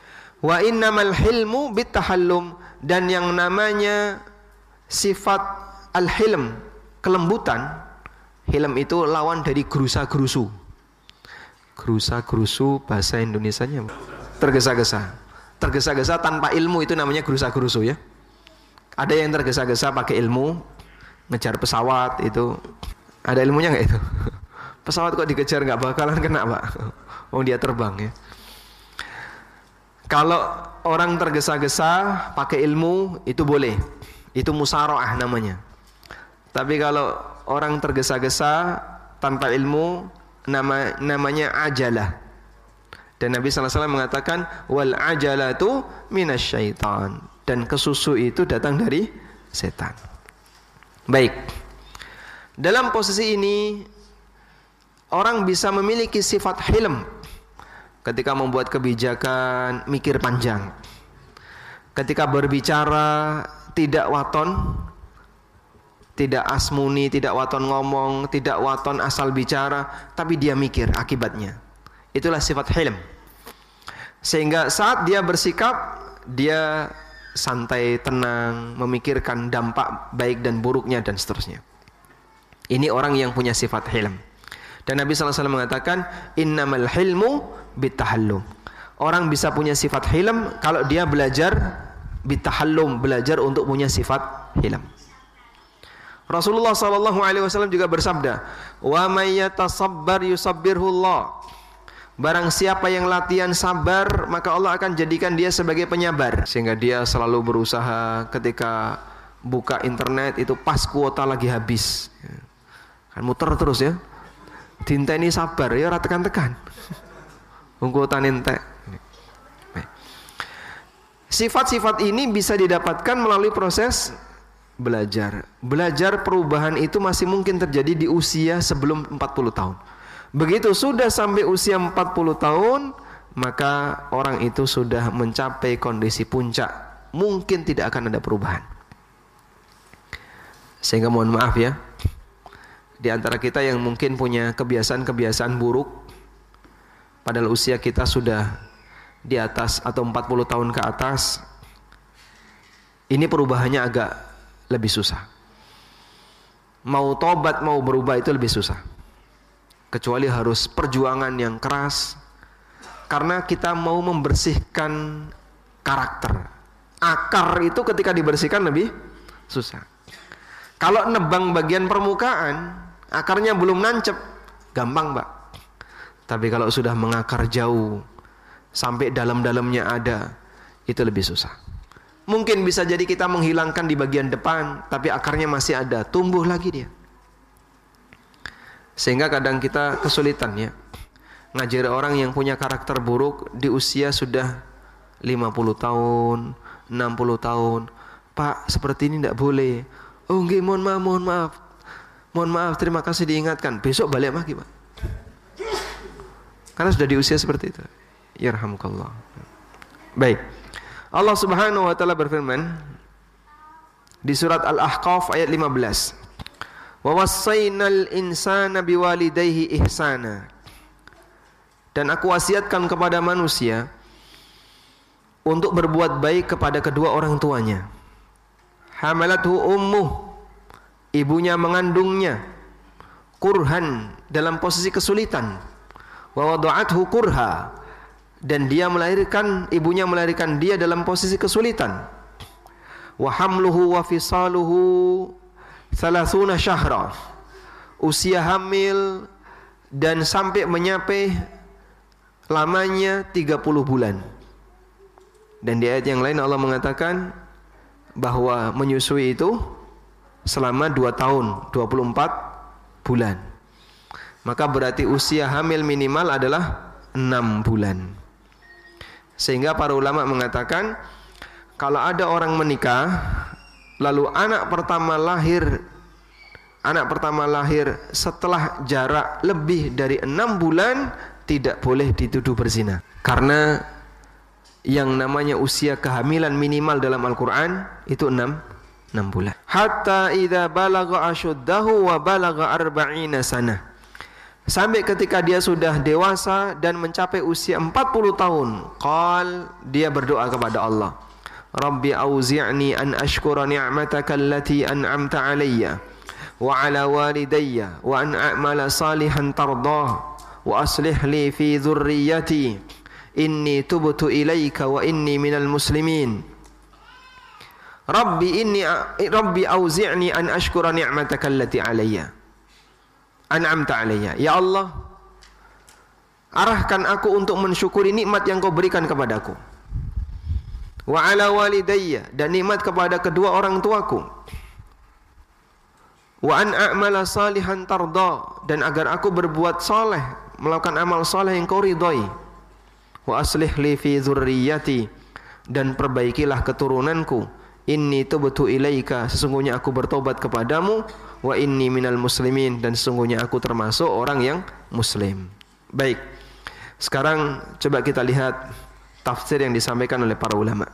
Wa innamal hilmu bitahallum, dan yang namanya sifat al-hilm, kelembutan. Hilm itu lawan dari gerusa-gerusu. Gerusa-gerusu bahasa Indonesianya tergesa-gesa. Tergesa-gesa tanpa ilmu itu namanya gerusa-gerusu ya. Ada yang tergesa-gesa pakai ilmu, ngejar pesawat itu. Ada ilmunya nggak itu? Pesawat kok dikejar nggak bakalan kena Pak. Oh dia terbang ya. Kalau orang tergesa-gesa pakai ilmu itu boleh. Itu musaraah namanya. Tapi kalau orang tergesa-gesa tanpa ilmu nama namanya ajalah. Dan Nabi sallallahu alaihi wasallam mengatakan wal ajalatu minasyaitan, dan kesusu itu datang dari setan. Baik. Dalam posisi ini orang bisa memiliki sifat hilm ketika membuat kebijakan, mikir panjang. Ketika berbicara tidak waton, tidak asmuni, tidak waton ngomong, tidak waton asal bicara, tapi dia mikir akibatnya. Itulah sifat hilm. Sehingga saat dia bersikap, dia santai, tenang, memikirkan dampak baik dan buruknya dan seterusnya. Ini orang yang punya sifat hilm. Dan Nabi sallallahu alaihi wasallam mengatakan innamal hilmu bitahallum. Orang bisa punya sifat hilm kalau dia belajar bitahallum, belajar untuk punya sifat hilm. Rasulullah sallallahu alaihi wasallam juga bersabda, "Wa may yatasabbar yusabbirhullah." Barang siapa yang latihan sabar, maka Allah akan jadikan dia sebagai penyabar. Sehingga dia selalu berusaha ketika buka internet itu pas kuota lagi habis. Kan muter terus ya. Dinteni sabar ya ora tekan-tekan. Wong kuota entek. Sifat-sifat ini bisa didapatkan melalui proses belajar. Belajar perubahan itu masih mungkin terjadi di usia sebelum empat puluh tahun. Begitu sudah sampai usia empat puluh tahun, maka orang itu sudah mencapai kondisi puncak. Mungkin tidak akan ada perubahan. Sehingga mohon maaf ya, di antara kita yang mungkin punya kebiasaan-kebiasaan buruk, padahal usia kita sudah di atas atau empat puluh tahun ke atas, ini perubahannya agak lebih susah. Mau tobat, mau berubah itu lebih susah. Kecuali harus perjuangan yang keras, karena kita mau membersihkan karakter. Akar itu ketika dibersihkan lebih susah. Kalau nebang bagian permukaan, akarnya belum nancep, gampang Pak. Tapi kalau sudah mengakar jauh, sampai dalam-dalamnya ada, itu lebih susah. Mungkin bisa jadi kita menghilangkan di bagian depan, tapi akarnya masih ada, tumbuh lagi dia. Sehingga kadang kita kesulitan ya ngajari orang yang punya karakter buruk di usia sudah lima puluh tahun, enam puluh tahun. Pak, seperti ini tidak boleh. Oh nggih, mohon maaf, mohon maaf. Mohon maaf, terima kasih diingatkan. Besok balik lagi Pak. Karena sudah di usia seperti itu. Yarhamukallah. Baik. Allah Subhanahu wa taala berfirman di surat Al-Ahqaf ayat lima belas. Wa wassaynal insana biwalidayhi ihsana. Dan aku wasiatkan kepada manusia untuk berbuat baik kepada kedua orang tuanya. Hamalathu ummuh, ibunya mengandungnya, kurhan, dalam posisi kesulitan. Wa wada'athu kurha, dan dia melahirkan, ibunya melahirkan dia dalam posisi kesulitan. Wa hamluhu wa fisaluhu salasuna syahra, usia hamil dan sampai menyapai lamanya tiga puluh bulan. Dan di ayat yang lain Allah mengatakan bahwa menyusui itu selama dua tahun, dua puluh empat bulan. Maka berarti usia hamil minimal adalah enam bulan. Sehingga para ulama mengatakan kalau ada orang menikah lalu anak pertama lahir anak pertama lahir setelah jarak lebih dari enam bulan, tidak boleh dituduh berzina. Karena yang namanya usia kehamilan minimal dalam Al-Quran itu enam bulan. Hatta idza balagha ashuddahu wa balagha arba'ina sanah. Sampai ketika dia sudah dewasa dan mencapai usia empat puluh tahun, qal, dia berdoa kepada Allah, Rabbi auzi'ni an ashkura ni'mataka allati an'amta alayya wa ala walidayya wa an a'mala salihan tardah wa aslih li fi dhurriyyati inni tubtu ilaika wa inni minal muslimin. Rabbi inni Rabbi auzi'ni an ashkura ni'mataka allati alayya an'amta alayya. Ya Allah, arahkan aku untuk mensyukuri nikmat yang Kau berikan kepadaku. Wa ala walidayya, dan nikmat kepada kedua orang tuaku. Wa an a'mala salihan tarda, dan agar aku berbuat saleh, melakukan amal saleh yang Kau ridhai. Wa aslih li fi dzurriyyati, dan perbaikilah keturunanku. Inni tubtu ilaika, sesungguhnya aku bertobat kepadamu. Wa inni minal muslimin, dan sesungguhnya aku termasuk orang yang muslim. Baik, sekarang coba kita lihat tafsir yang disampaikan oleh para ulama.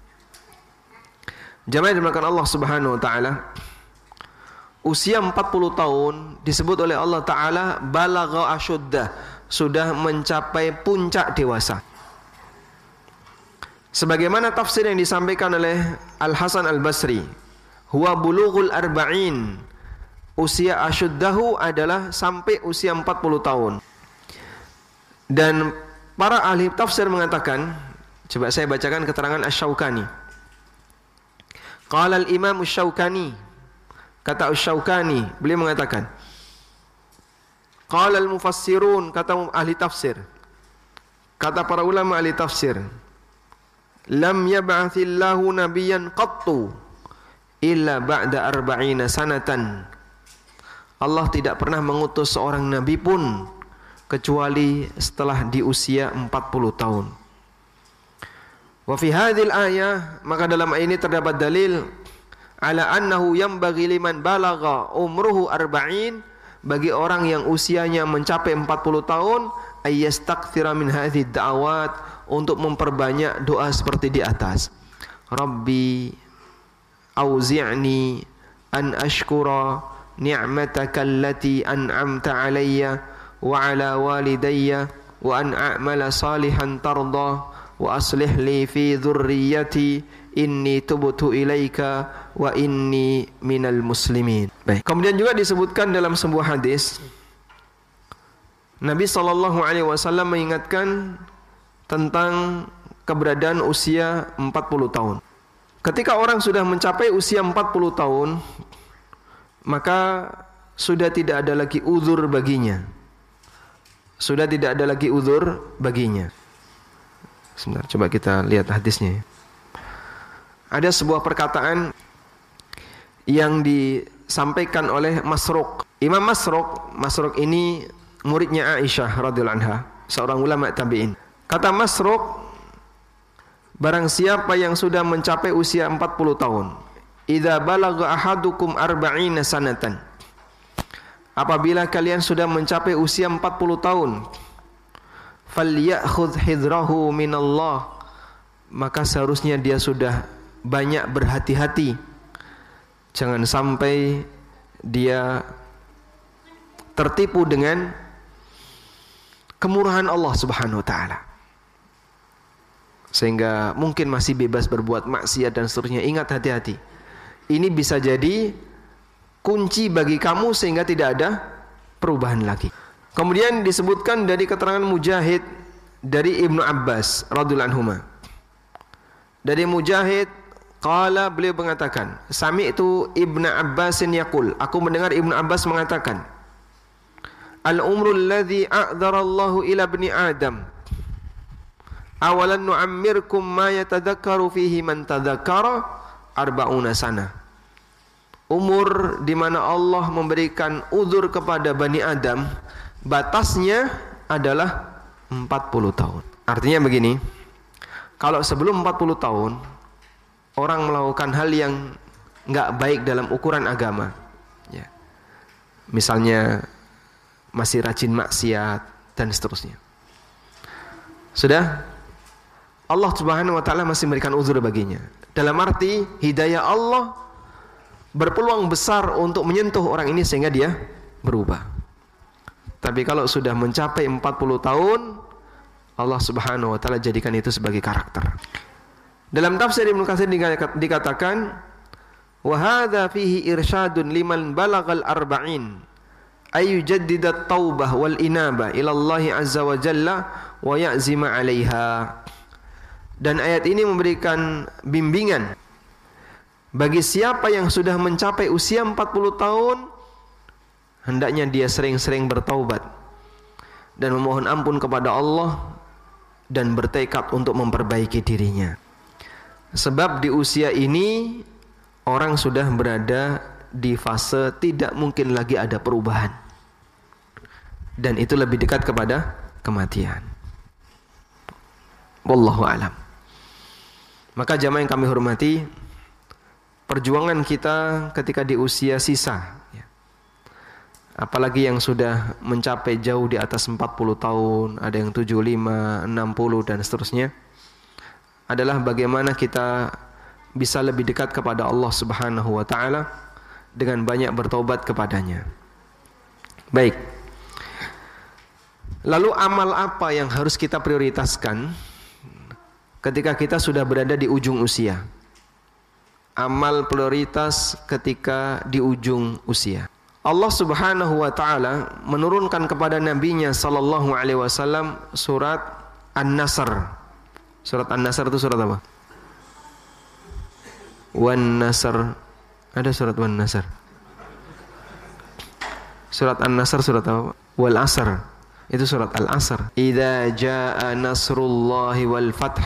Jamaah yang dimuliakan Allah Subhanahu wa taala, usia empat puluh tahun disebut oleh Allah taala balagha asyuddah, sudah mencapai puncak dewasa. Sebagaimana tafsir yang disampaikan oleh Al-Hasan Al-Basri, huwa bulughul arba'in, usia asyuddahu adalah sampai usia empat puluh tahun. Dan para ahli tafsir mengatakan, coba saya bacakan keterangan Asy-Syaukani. Qala al-Imam Asy-Syaukani, kata Asy-Syaukani, beliau mengatakan, qala al-mufassirun, kata ahli tafsir, kata para ulama ahli tafsir, lam yab'athillahu nabiyyan qattu illa ba'da arba'ina sanatan. Allah tidak pernah mengutus seorang nabi pun kecuali setelah di usia empat puluh tahun. Wa fi hadhil ayah, maka dalam ayat ini terdapat dalil ala annahu yanbaghi liman balagha umruhu arba'in, bagi orang yang usianya mencapai empat puluh tahun, ayyastakthira min hadhihi da'awat, untuk memperbanyak doa seperti di atas. Rabbi auzi'ni an ashkura ni'mataka allati an'amta alayya wa ala walidayya wa an a'mala salihan tardah wa aslih li fi dhurriyyati inni tubtu ilaika wa inni minal muslimin. Baik. Kemudian juga disebutkan dalam sebuah hadis, Nabi sallallahu alaihi wasallam mengingatkan tentang keberadaan usia empat puluh tahun. Ketika orang sudah mencapai usia empat puluh tahun, maka sudah tidak ada lagi uzur baginya. Sudah tidak ada lagi uzur baginya. Sebentar, coba kita lihat hadisnya. Ada sebuah perkataan yang disampaikan oleh Masruq. Imam Masruq, Masruq ini muridnya Aisyah radhiyallahu anha, seorang ulama tabi'in. Kata Masruq, barang siapa yang sudah mencapai usia empat puluh tahun, idza balagha ahadukum arba'ina sanatan, apabila kalian sudah mencapai usia empat puluh tahun, falyakhudh hidrahu minallah, maka seharusnya dia sudah banyak berhati-hati, jangan sampai dia tertipu dengan kemurahan Allah Subhanahu wa taala, sehingga mungkin masih bebas berbuat maksiat dan seterusnya. Ingat, hati-hati. Ini bisa jadi kunci bagi kamu sehingga tidak ada perubahan lagi. Kemudian disebutkan dari keterangan Mujahid dari Ibnu Abbas radhiyallahu anhuma. Dari Mujahid, qala, beliau mengatakan, sami'tu Ibnu Abbasin yaqul, aku mendengar Ibnu Abbas mengatakan, al-umrul ladzi a'dzara Allahu ila ibni Adam awalan nu'ammirkum ma yatadzakkaru fihi man tadzakkara arba'una sana. Umur di mana Allah memberikan uzur kepada Bani Adam, batasnya adalah empat puluh tahun. Artinya begini, kalau sebelum empat puluh tahun orang melakukan hal yang enggak baik dalam ukuran agama, ya, misalnya masih rajin maksiat dan seterusnya, sudah Allah Subhanahu wa taala masih memberikan uzur baginya. Dalam arti hidayah Allah berpeluang besar untuk menyentuh orang ini sehingga dia berubah. Tapi kalau sudah mencapai empat puluh tahun, Allah Subhanahu wa taala jadikan itu sebagai karakter. Dalam tafsir Ibnu Katsir dikatakan, wa hadza fihi irsyadun liman balagal arba'in ay yujaddida at-taubah wal inaba ila Allah azza wa jalla wa ya'zima 'alaiha. Dan ayat ini memberikan bimbingan bagi siapa yang sudah mencapai usia empat puluh tahun, hendaknya dia sering-sering bertaubat dan memohon ampun kepada Allah dan bertekad untuk memperbaiki dirinya. Sebab di usia ini orang sudah berada di fase tidak mungkin lagi ada perubahan, dan itu lebih dekat kepada kematian. Wallahu a'lam. Maka jamaah yang kami hormati, perjuangan kita ketika di usia sisa, ya, apalagi yang sudah mencapai jauh di atas empat puluh tahun, ada yang tujuh puluh lima, enam puluh dan seterusnya, adalah bagaimana kita bisa lebih dekat kepada Allah Subhanahu wa taala dengan banyak bertobat kepadanya. Baik. Lalu amal apa yang harus kita prioritaskan ketika kita sudah berada di ujung usia? Amal prioritas ketika di ujung usia. Allah Subhanahu wa taala menurunkan kepada nabinya sallallahu alaihi wasallam surat An-Nasr. Surat An-Nasr itu surat apa? Wan Nasr. Ada surat Wan Nasr. Surat An-Nasr surat apa? Wal Asr. Itu surat Al-Asr. Idza jaa nasrullahi wal fath.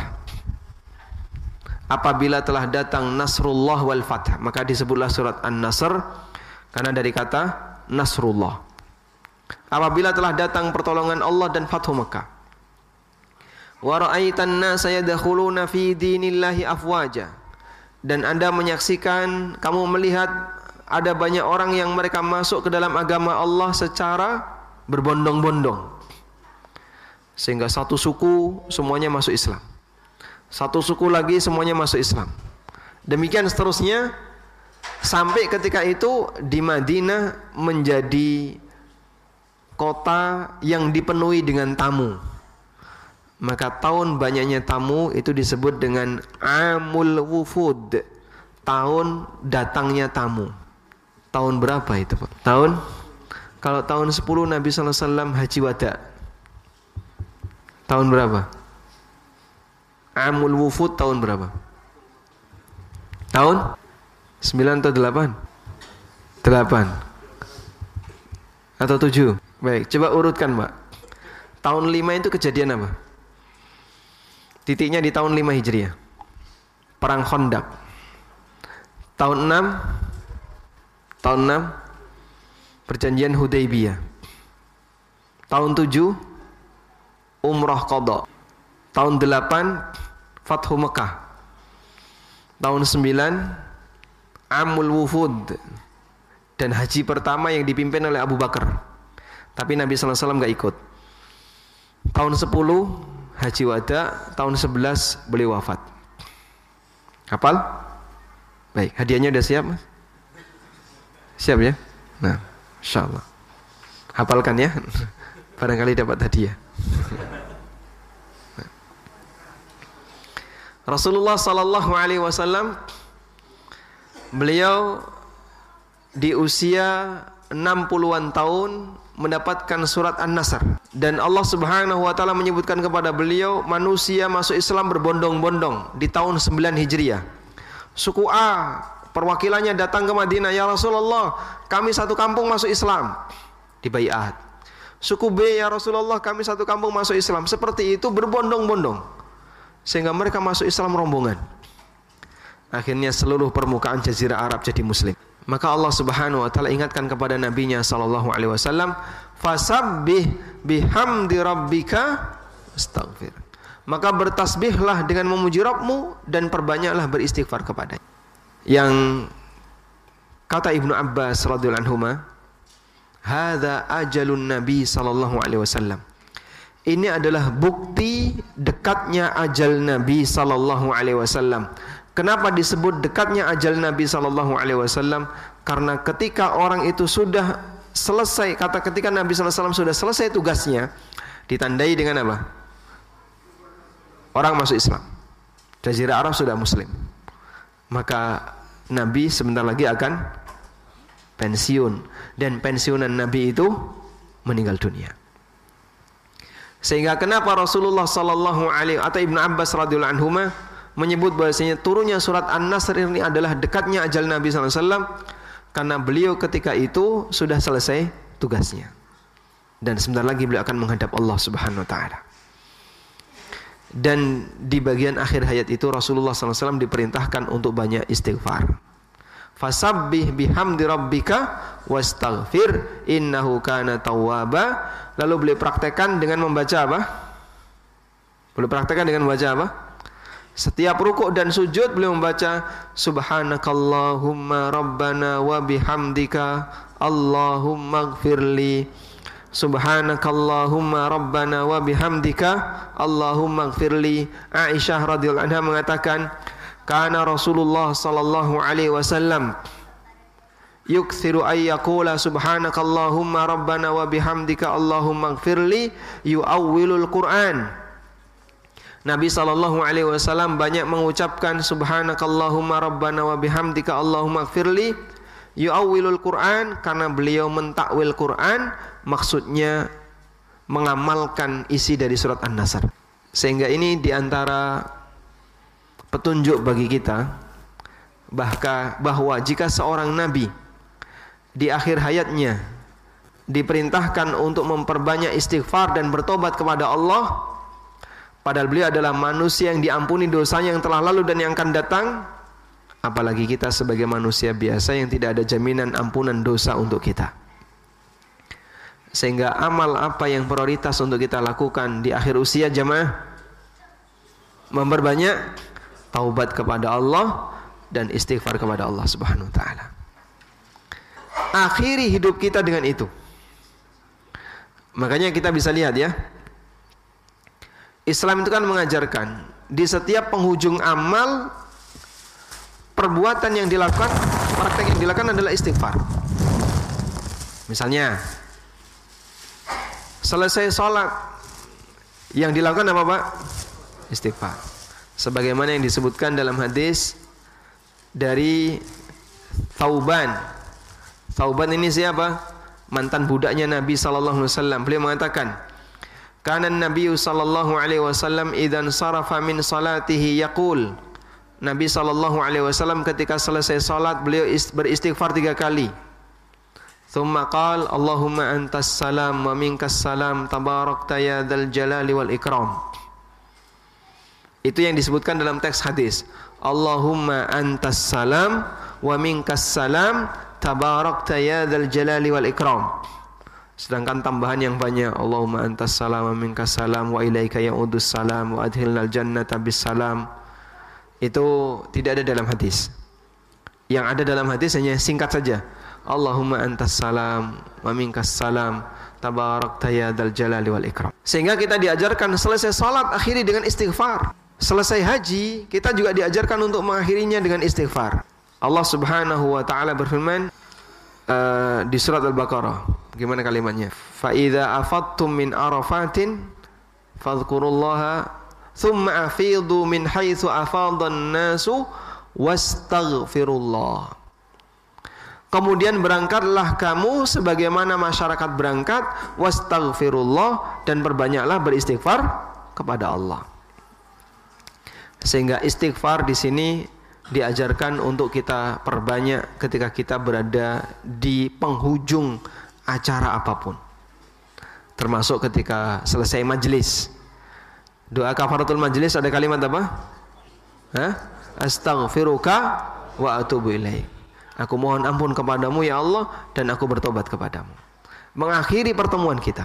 Apabila telah datang nasrullah wal fath, maka disebutlah surat An-Nasr karena dari kata nasrullah. Apabila telah datang pertolongan Allah dan fathu Makkah. Wa ra'aitan nasa yadkhuluna fi dinillahi afwaja. Dan Anda menyaksikan, kamu melihat ada banyak orang yang mereka masuk ke dalam agama Allah secara berbondong-bondong. Sehingga satu suku semuanya masuk Islam. Satu suku lagi semuanya masuk Islam. Demikian seterusnya sampai ketika itu di Madinah menjadi kota yang dipenuhi dengan tamu. Maka tahun banyaknya tamu itu disebut dengan Amul Wufud, tahun datangnya tamu. Tahun berapa itu Pak? Tahun? Kalau tahun sepuluh Nabi sallallahu alaihi wasallam haji wada. Tahun berapa? Amul Wufud tahun berapa? Tahun? sembilan atau delapan? delapan atau tujuh? Baik, coba urutkan Pak. Tahun lima itu kejadian apa? Titiknya di tahun lima Hijriah. Perang Khandaq. Tahun enam Tahun enam Perjanjian Hudaybiyah. Tahun tujuh Umrah Qadha. Tahun delapan Fathu Mekah. Tahun sembilan Amul Wufud, dan haji pertama yang dipimpin oleh Abu Bakar. Tapi Nabi sallallahu alaihi wasallam gak ikut. Tahun sepuluh haji wada, tahun sebelas beliau wafat. Hafal? Baik, hadiahnya udah siap Mas? Siap ya? Nah, insyaallah. Hafalkan ya. Barangkali dapat hadiah. Rasulullah sallallahu alaihi wasallam beliau di usia enam puluhan tahun mendapatkan surat An-Nasr, dan Allah Subhanahu wa taala menyebutkan kepada beliau manusia masuk Islam berbondong-bondong di tahun sembilan Hijriah. Suku A perwakilannya datang ke Madinah, ya Rasulullah, kami satu kampung masuk Islam, dibaiat. Suku B, ya Rasulullah, kami satu kampung masuk Islam. Seperti itu berbondong-bondong sehingga mereka masuk Islam rombongan. Akhirnya seluruh permukaan jazirah Arab jadi muslim. Maka Allah Subhanahu wa taala ingatkan kepada nabinya sallallahu alaihi wasallam, fasabbih bihamdi rabbika astaghfir. Maka bertasbihlah dengan memuji Rabbmu dan perbanyaklah beristighfar kepadanya. Yang kata Ibnu Abbas radhiyallahu anhuma, hadza ajalun nabi sallallahu alaihi wasallam. Ini adalah bukti dekatnya ajal Nabi sallallahu alaihi wasallam. Kenapa disebut dekatnya ajal Nabi sallallahu alaihi wasallam? Karena ketika orang itu sudah selesai, kata ketika Nabi sallallahu alaihi wasallam sudah selesai tugasnya, ditandai dengan apa? Orang masuk Islam. Jazirah Arab sudah muslim. Maka Nabi sebentar lagi akan pensiun, dan pensiunan Nabi itu meninggal dunia. Sehingga kenapa Rasulullah sallallahu alaihi atau Ibnu Abbas radhiyallahu anhuma menyebut bahwasanya turunnya surat An-Nasr ini adalah dekatnya ajal Nabi sallallahu alaihi wasallam, karena beliau ketika itu sudah selesai tugasnya dan sebentar lagi beliau akan menghadap Allah Subhanahu wa taala. Dan di bagian akhir hayat itu Rasulullah sallallahu alaihi wasallam diperintahkan untuk banyak istighfar. Fasabbih bihamdi rabbika wastaghfir innahu kana tawwaba. Lalu beliau praktekkan dengan membaca apa? Beliau praktekkan dengan membaca apa? Setiap rukuk dan sujud beliau membaca subhanakallahumma rabbana wa bihamdika Allahumma ighfirli. Subhanakallahumma rabbana wa bihamdika Allahumma ighfirli. Aisyah radhiyallahu anha mengatakan, kana Rasulullah sallallahu alaihi wasallam yukthiru ay yaqula subhanakallahumma rabbana wa bihamdika Allahumma ighfirli yu'awwilul Qur'an. Nabi sallallahu alaihi wasallam banyak mengucapkan subhanakallahumma rabbana wa bihamdika Allahumma ighfirli yu'awwilul Qur'an, karena beliau mentakwil Qur'an, maksudnya mengamalkan isi dari surat An-Nasr. Sehingga ini diantara petunjuk bagi kita bahkan bahwa jika seorang nabi di akhir hayatnya diperintahkan untuk memperbanyak istighfar dan bertobat kepada Allah, padahal beliau adalah manusia yang diampuni dosanya yang telah lalu dan yang akan datang, apalagi kita sebagai manusia biasa yang tidak ada jaminan ampunan dosa untuk kita. Sehingga amal apa yang prioritas untuk kita lakukan di akhir usia jamaah? Memperbanyak taubat kepada Allah dan istighfar kepada Allah Subhanahu wa taala. Akhiri hidup kita dengan itu. Makanya kita bisa lihat ya, Islam itu kan mengajarkan di setiap penghujung amal, perbuatan yang dilakukan, praktek yang dilakukan adalah istighfar. Misalnya selesai sholat, yang dilakukan apa Pak? Istighfar. Sebagaimana yang disebutkan dalam hadis dari Thauban. Thauban ini siapa? Mantan budaknya Nabi sallallahu alaihi wasallam. Beliau mengatakan, kana Nabi sallallahu alaihi wasallam idzan sarafa min salatihi yaqul. Nabi sallallahu alaihi wasallam ketika selesai salat beliau beristighfar tiga kali. Thumma qala Allahumma antas salam wa minkas salam tabarakta ya dzal jalali wal ikram. Itu yang disebutkan dalam teks hadis. Allahumma antas salam wa minkas salam tabarakta ya dzal jalali wal ikram. Sedangkan tambahan yang banyak, Allahumma antas salam wa minkas salam wa ilaika ya'udus salam wa adkhilnal jannata bis salam, itu tidak ada dalam hadis. Yang ada dalam hadis hanya singkat saja, Allahumma antas salam wa minkas salam tabarakta ya dzal jalali wal ikram. Sehingga kita diajarkan selesai salat akhiri dengan istighfar. Selesai haji kita juga diajarkan untuk mengakhirinya dengan istighfar. Allah Subhanahu wa taala berfirman uh, di surat Al-Baqarah, gimana kalimatnya? Fa idza afattum min arafatin fadhkurullaha thumma afidu min haitsu afadhan nasu wastaghfirullah. Kemudian berangkatlah kamu sebagaimana masyarakat berangkat, wastaghfirullah, dan perbanyaklah beristighfar kepada Allah. Sehingga istighfar di sini diajarkan untuk kita perbanyak ketika kita berada di penghujung acara apapun. Termasuk ketika selesai majelis. Doa kafaratul majelis ada kalimat apa? Hah? Astaghfiruka wa atubu ilaik. Aku mohon ampun kepadamu ya Allah dan aku bertobat kepadamu. Mengakhiri pertemuan kita.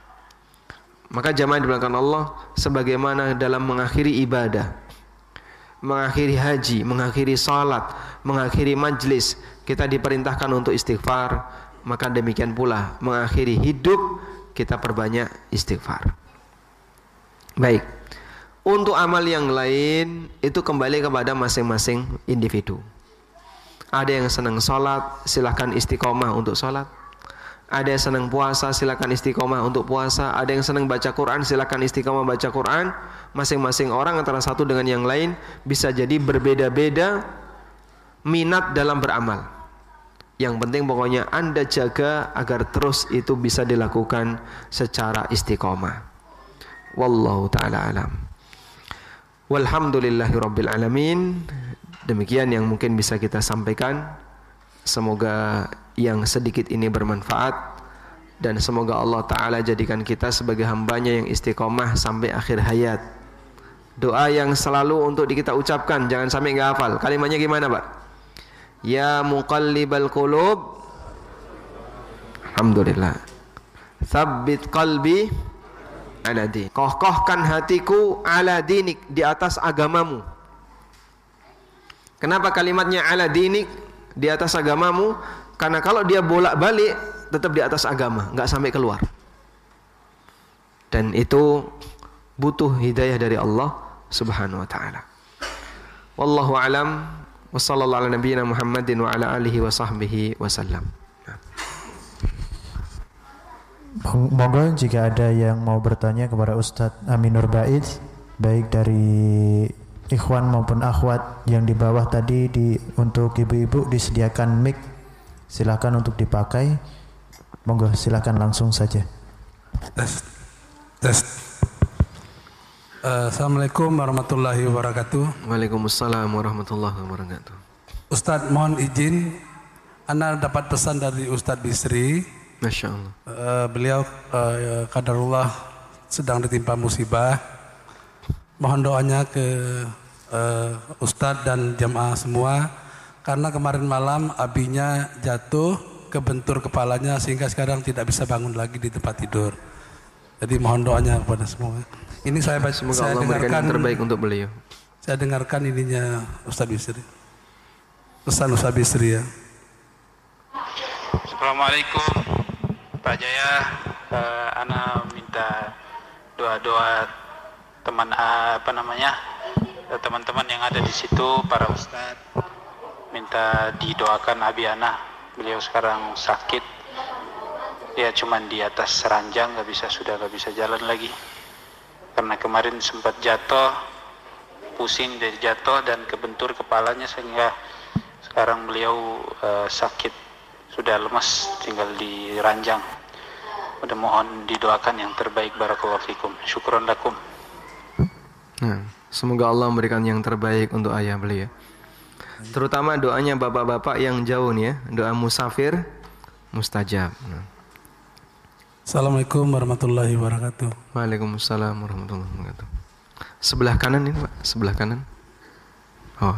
Maka jamaah dibilangkan Allah, sebagaimana dalam mengakhiri ibadah, mengakhiri haji, mengakhiri salat, mengakhiri majlis, kita diperintahkan untuk istighfar, maka demikian pula mengakhiri hidup kita perbanyak istighfar. Baik. Untuk amal yang lain itu kembali kepada masing-masing individu. Ada yang senang salat, silahkan istiqomah untuk salat. Ada yang senang puasa, silakan istiqomah untuk puasa. Ada yang senang baca Quran, silakan istiqomah baca Quran. Masing-masing orang antara satu dengan yang lain bisa jadi berbeda-beda minat dalam beramal. Yang penting pokoknya Anda jaga agar terus itu bisa dilakukan secara istiqomah. Wallahu ta'ala alam. Walhamdulillahi rabbil alamin. Demikian yang mungkin bisa kita sampaikan. Semoga yang sedikit ini bermanfaat, dan semoga Allah Ta'ala jadikan kita sebagai hambanya yang istiqomah sampai akhir hayat. Doa yang selalu untuk kita ucapkan, jangan sampai nggak hafal. Kalimatnya gimana, Pak? Ya muqallibal qulub, alhamdulillah, tsabbit qalbi ala din. Kokohkan hatiku ala dinik, di atas agamamu. Kenapa kalimatnya ala dinik, di atas agamamu? Karena kalau dia bolak-balik tetap di atas agama, nggak sampai keluar. Dan itu butuh hidayah dari Allah Subhanahu wa taala. Wallahu alam, wa sallallahu ala nabiyyina Muhammadin wa ala alihi wa sahbihi wasallam. Monggo jika ada yang mau bertanya kepada Ustadz Aminur Baiz, baik dari ikhwan maupun akhwat yang di bawah tadi, di untuk ibu-ibu disediakan mic, silakan untuk dipakai. Monggo silakan langsung saja. Tes. Tes. Uh, Assalamualaikum warahmatullahi wabarakatuh. Waalaikumsalam warahmatullahi wabarakatuh. Ustadz mohon izin, ana dapat pesan dari Ustadz Bisri. Masya Allah. Uh, beliau uh, qadarullah sedang ditimpa musibah. Mohon doanya ke uh, Ustadz dan jamaah semua, karena kemarin malam abinya jatuh, kebentur kepalanya sehingga sekarang tidak bisa bangun lagi di tempat tidur. Jadi mohon doanya kepada semua. Ini saya baca, semoga saya Allah dengarkan yang terbaik untuk beliau. Saya dengarkan ininya Ustadz Bisri. Pesan Ustadz Bisri ya. Assalamualaikum Pak Jaya. Uh, Ana minta doa-doa teman uh, apa namanya teman-teman yang ada di situ, para ustadz, minta didoakan abi ana. Beliau sekarang sakit, dia cuman di atas ranjang, nggak bisa sudah nggak bisa jalan lagi karena kemarin sempat jatuh, pusing dari jatuh dan kebentur kepalanya sehingga sekarang beliau uh, sakit, sudah lemas, tinggal di ranjang. Udah mohon didoakan yang terbaik. Barakallahu fikum. Syukron lakum. Nah, semoga Allah memberikan yang terbaik untuk ayah beliau. Terutama doanya bapak-bapak yang jauh nih ya, doa musafir mustajab. Nah. Assalamualaikum warahmatullahi wabarakatuh. Waalaikumsalam warahmatullahi wabarakatuh. Sebelah kanan ini Pak, sebelah kanan. Oh.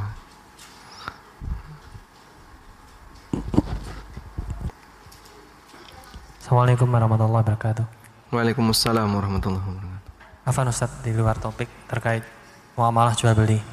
Assalamualaikum warahmatullahi wabarakatuh. Waalaikumsalam warahmatullahi wabarakatuh. Afan Ustaz, di luar topik terkait muamalah jual beli.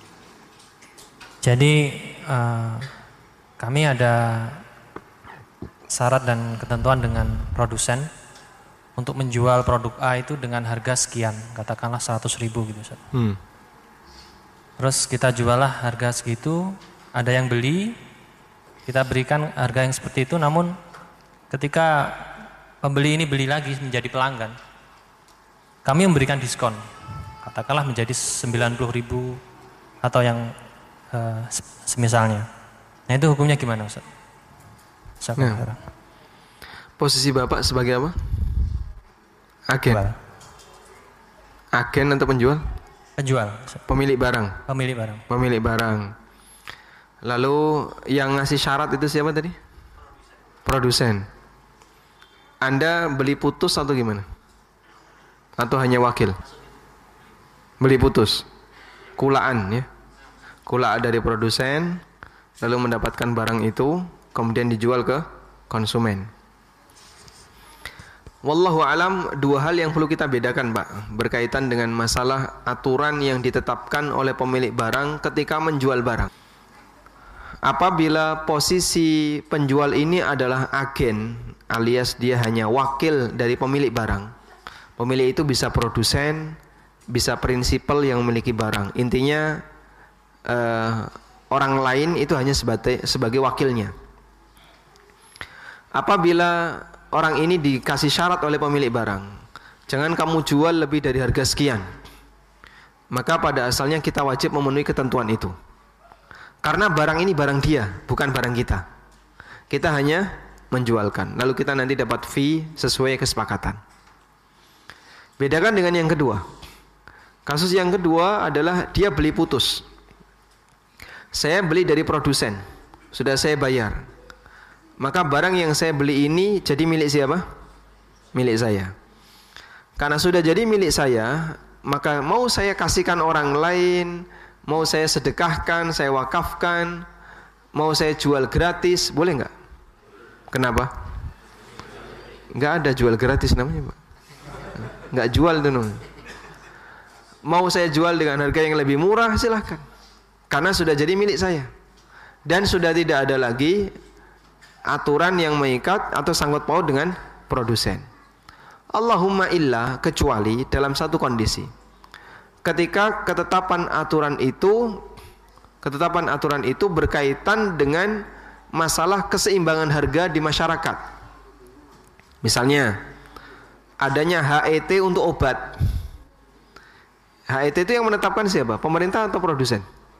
Jadi uh, kami ada syarat dan ketentuan dengan produsen untuk menjual produk A itu dengan harga sekian, katakanlah seratus ribu gitu Ustaz. Hmm. Terus kita jualah harga segitu, ada yang beli, kita berikan harga yang seperti itu, namun ketika pembeli ini beli lagi menjadi pelanggan, kami memberikan diskon, katakanlah menjadi sembilan puluh ribu atau yang uh, semisalnya. Nah itu hukumnya gimana Ustaz? Nah, posisi Bapak sebagai apa? Agen? Jual. Agen atau penjual? Penjual. Pemilik barang? Pemilik barang. Pemilik barang. Lalu yang ngasih syarat itu siapa tadi? Produsen. Anda beli putus atau gimana? Atau hanya wakil? Beli putus. Kulaan ya. Kulaan dari produsen, lalu mendapatkan barang itu, kemudian dijual ke konsumen. Wallahu alam, dua hal yang perlu kita bedakan Pak, berkaitan dengan masalah aturan yang ditetapkan oleh pemilik barang ketika menjual barang. Apabila posisi penjual ini adalah agen, alias dia hanya wakil dari pemilik barang. Pemilik itu bisa produsen, bisa prinsipal yang memiliki barang. Intinya uh, orang lain itu hanya sebagai, sebagai wakilnya. Apabila orang ini dikasih syarat oleh pemilik barang, jangan kamu jual lebih dari harga sekian, maka pada asalnya kita wajib memenuhi ketentuan itu. Karena barang ini barang dia, bukan barang kita. Kita hanya menjualkan, lalu kita nanti dapat fee sesuai kesepakatan. Bedakan dengan yang kedua. Kasus yang kedua adalah dia beli putus. Saya beli dari produsen, sudah saya bayar. Maka barang yang saya beli ini jadi milik siapa? Milik saya. Karena sudah jadi milik saya, maka mau saya kasihkan orang lain, mau saya sedekahkan, saya wakafkan, mau saya jual gratis, boleh nggak? Kenapa? Nggak ada jual gratis namanya, Pak. Nggak jual itu namanya. Mau saya jual dengan harga yang lebih murah, silahkan. Karena sudah jadi milik saya. Dan sudah tidak ada lagi aturan yang mengikat atau sangkut paut dengan produsen. Allahumma illa, kecuali dalam satu kondisi. Ketika ketetapan aturan itu, ketetapan aturan itu berkaitan dengan masalah keseimbangan harga di masyarakat. Misalnya, adanya H E T untuk obat. H E T itu yang menetapkan siapa? Pemerintah atau produsen?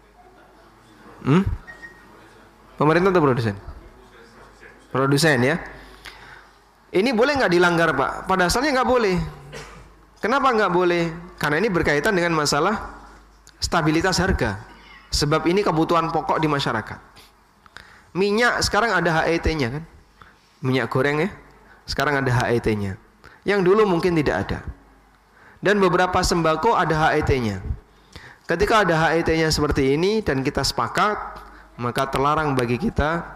Hmm? Pemerintah atau produsen? Produsen ya. Ini boleh nggak dilanggar, Pak? Pada asalnya nggak boleh. Kenapa nggak boleh? Karena ini berkaitan dengan masalah stabilitas harga. Sebab ini kebutuhan pokok di masyarakat. Minyak sekarang ada H E T-nya kan? Minyak goreng ya. Sekarang ada H E T-nya. Yang dulu mungkin tidak ada. Dan beberapa sembako ada H E T-nya. Ketika ada H E T-nya seperti ini dan kita sepakat, maka terlarang bagi kita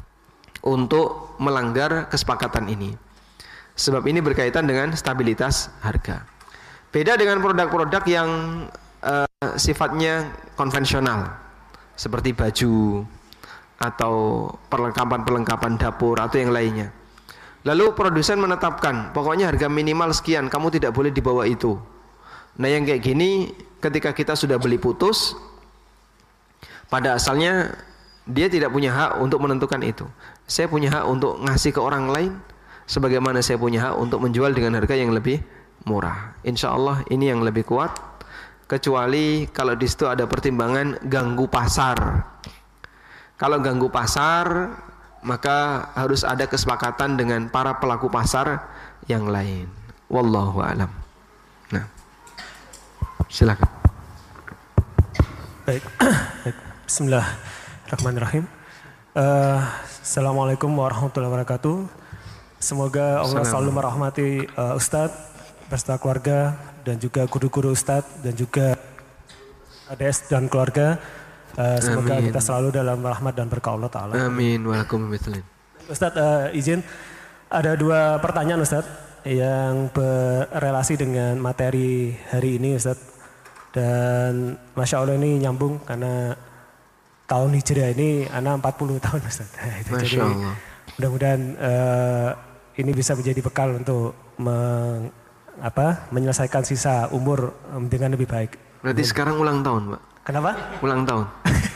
untuk melanggar kesepakatan ini. Sebab ini berkaitan dengan stabilitas harga. Beda dengan produk-produk yang uh, sifatnya konvensional, seperti baju atau perlengkapan-perlengkapan dapur atau yang lainnya. Lalu produsen menetapkan, pokoknya harga minimal sekian, kamu tidak boleh di bawah itu. Nah yang kayak gini, ketika kita sudah beli putus, pada asalnya dia tidak punya hak untuk menentukan itu. Saya punya hak untuk ngasih ke orang lain, sebagaimana saya punya hak untuk menjual dengan harga yang lebih murah. Insya Allah ini yang lebih kuat, kecuali kalau di situ ada pertimbangan ganggu pasar. Kalau ganggu pasar, maka harus ada kesepakatan dengan para pelaku pasar yang lain. Wallahu a'lam. Nah, silakan. Baik. Bismillahirrahmanirrahim. Uh, Assalamualaikum warahmatullahi wabarakatuh. Semoga Allah selalu merahmati uh, Ustadz beserta keluarga dan juga guru-guru Ustadz dan juga A D S dan keluarga. Uh, semoga Amin. Kita selalu dalam rahmat dan berkah Allah Ta'ala. Amin. Waalaikumsalam. Ustadz uh, izin, ada dua pertanyaan Ustadz yang berrelasi dengan materi hari ini Ustadz. Dan Masya Allah ini nyambung karena tahun Hijriah ini anak empat puluh tahun Ustadz. Jadi mudah-mudahan uh, ini bisa menjadi bekal untuk meng, apa, menyelesaikan sisa umur um, dengan lebih baik. Berarti um. sekarang ulang tahun Pak? Kenapa? Ulang tahun.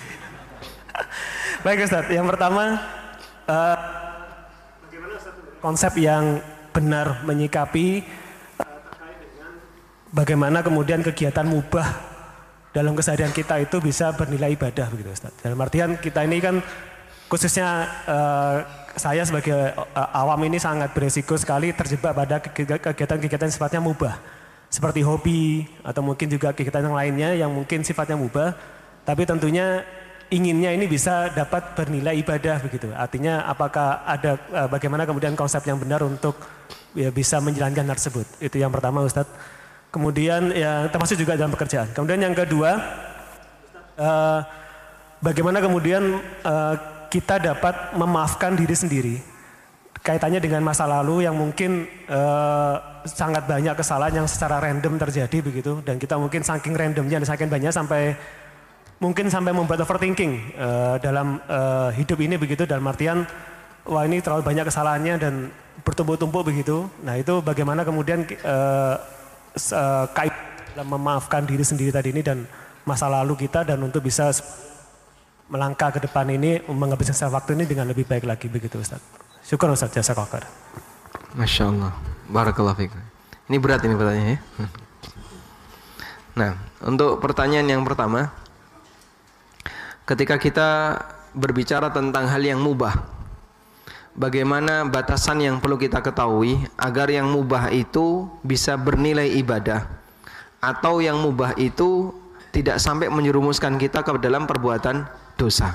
Baik Ustadz, yang pertama uh, bagaimana Ustadz konsep yang benar menyikapi uh, terkait dengan bagaimana kemudian kegiatan mubah dalam keseharian kita itu bisa bernilai ibadah begitu Ustadz. Dalam artian kita ini kan khususnya uh, saya sebagai uh, awam ini sangat beresiko sekali terjebak pada kegiatan-kegiatan sifatnya mubah. Seperti hobi atau mungkin juga kegiatan yang lainnya yang mungkin sifatnya mubah, tapi tentunya inginnya ini bisa dapat bernilai ibadah begitu. Artinya apakah ada uh, bagaimana kemudian konsep yang benar untuk ya, bisa menjalankan hal tersebut. Itu yang pertama Ustadz. Kemudian ya termasuk juga dalam pekerjaan. Kemudian yang kedua, uh, bagaimana kemudian uh, kita dapat memaafkan diri sendiri. Kaitannya dengan masa lalu yang mungkin uh, sangat banyak kesalahan yang secara random terjadi begitu, dan kita mungkin saking randomnya dan saking banyak sampai mungkin sampai membuat overthinking uh, dalam uh, hidup ini begitu, dalam artian wah ini terlalu banyak kesalahannya dan bertumpuk-tumpuk begitu. Nah itu bagaimana kemudian uh, uh, kait dalam memaafkan diri sendiri tadi ini dan masa lalu kita, dan untuk bisa melangkah ke depan ini menghabiskan waktu ini dengan lebih baik lagi begitu Ustaz. Syukur Ustaz, jasa kokar. Masya Allah. Barakallahu fikum. Ini berat ini pertanyaannya ya. Nah, untuk pertanyaan yang pertama, ketika kita berbicara tentang hal yang mubah, bagaimana batasan yang perlu kita ketahui agar yang mubah itu bisa bernilai ibadah, atau yang mubah itu tidak sampai menyerumuskan kita ke dalam perbuatan dosa.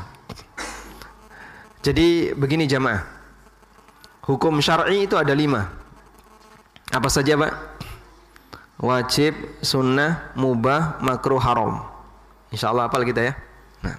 Jadi begini jamaah, hukum syar'i itu ada lima. Apa saja Pak? Wajib, sunnah, mubah, makruh, haram. Insya Allah hafal kita ya. Nah.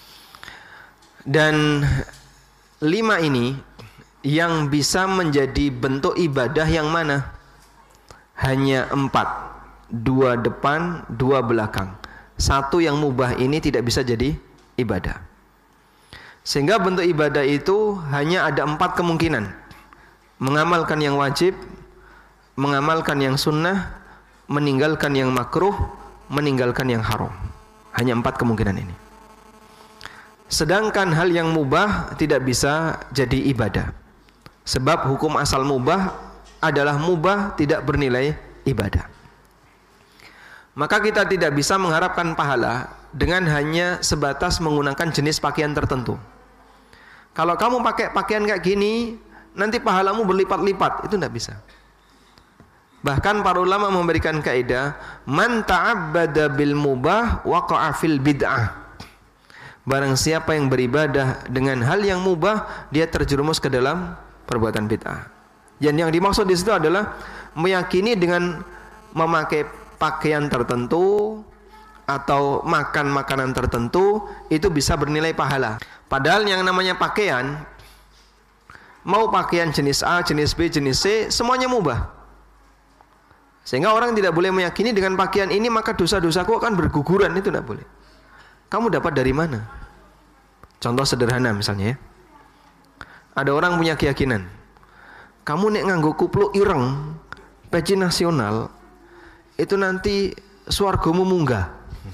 Dan lima ini yang bisa menjadi bentuk ibadah yang mana? Hanya empat. Dua depan, dua belakang. Satu yang mubah ini tidak bisa jadi ibadah. Sehingga bentuk ibadah itu hanya ada empat kemungkinan. Mengamalkan yang wajib, mengamalkan yang sunnah, meninggalkan yang makruh, meninggalkan yang haram. Hanya empat kemungkinan ini. Sedangkan hal yang mubah tidak bisa jadi ibadah. Sebab hukum asal mubah adalah mubah, tidak bernilai ibadah. Maka kita tidak bisa mengharapkan pahala dengan hanya sebatas menggunakan jenis pakaian tertentu. Kalau kamu pakai pakaian kayak gini, nanti pahalamu berlipat-lipat, itu tidak bisa. Bahkan para ulama memberikan kaidah, man ta'abbada bil mubah waqa'a fil bid'ah. Barang siapa yang beribadah dengan hal yang mubah, dia terjerumus ke dalam perbuatan bid'ah. Dan yang dimaksud di situ adalah meyakini dengan memakai pakaian tertentu atau makan makanan tertentu itu bisa bernilai pahala. Padahal yang namanya pakaian, mau pakaian jenis A, jenis B, jenis C, semuanya mubah. Sehingga orang tidak boleh meyakini dengan pakaian ini maka dosa-dosaku akan berguguran, itu tidak boleh. Kamu dapat dari mana? Contoh sederhana misalnya ya. Ada orang punya keyakinan, kamu nek nganggo kupluk ireng, peci nasional, itu nanti swargamu munggah.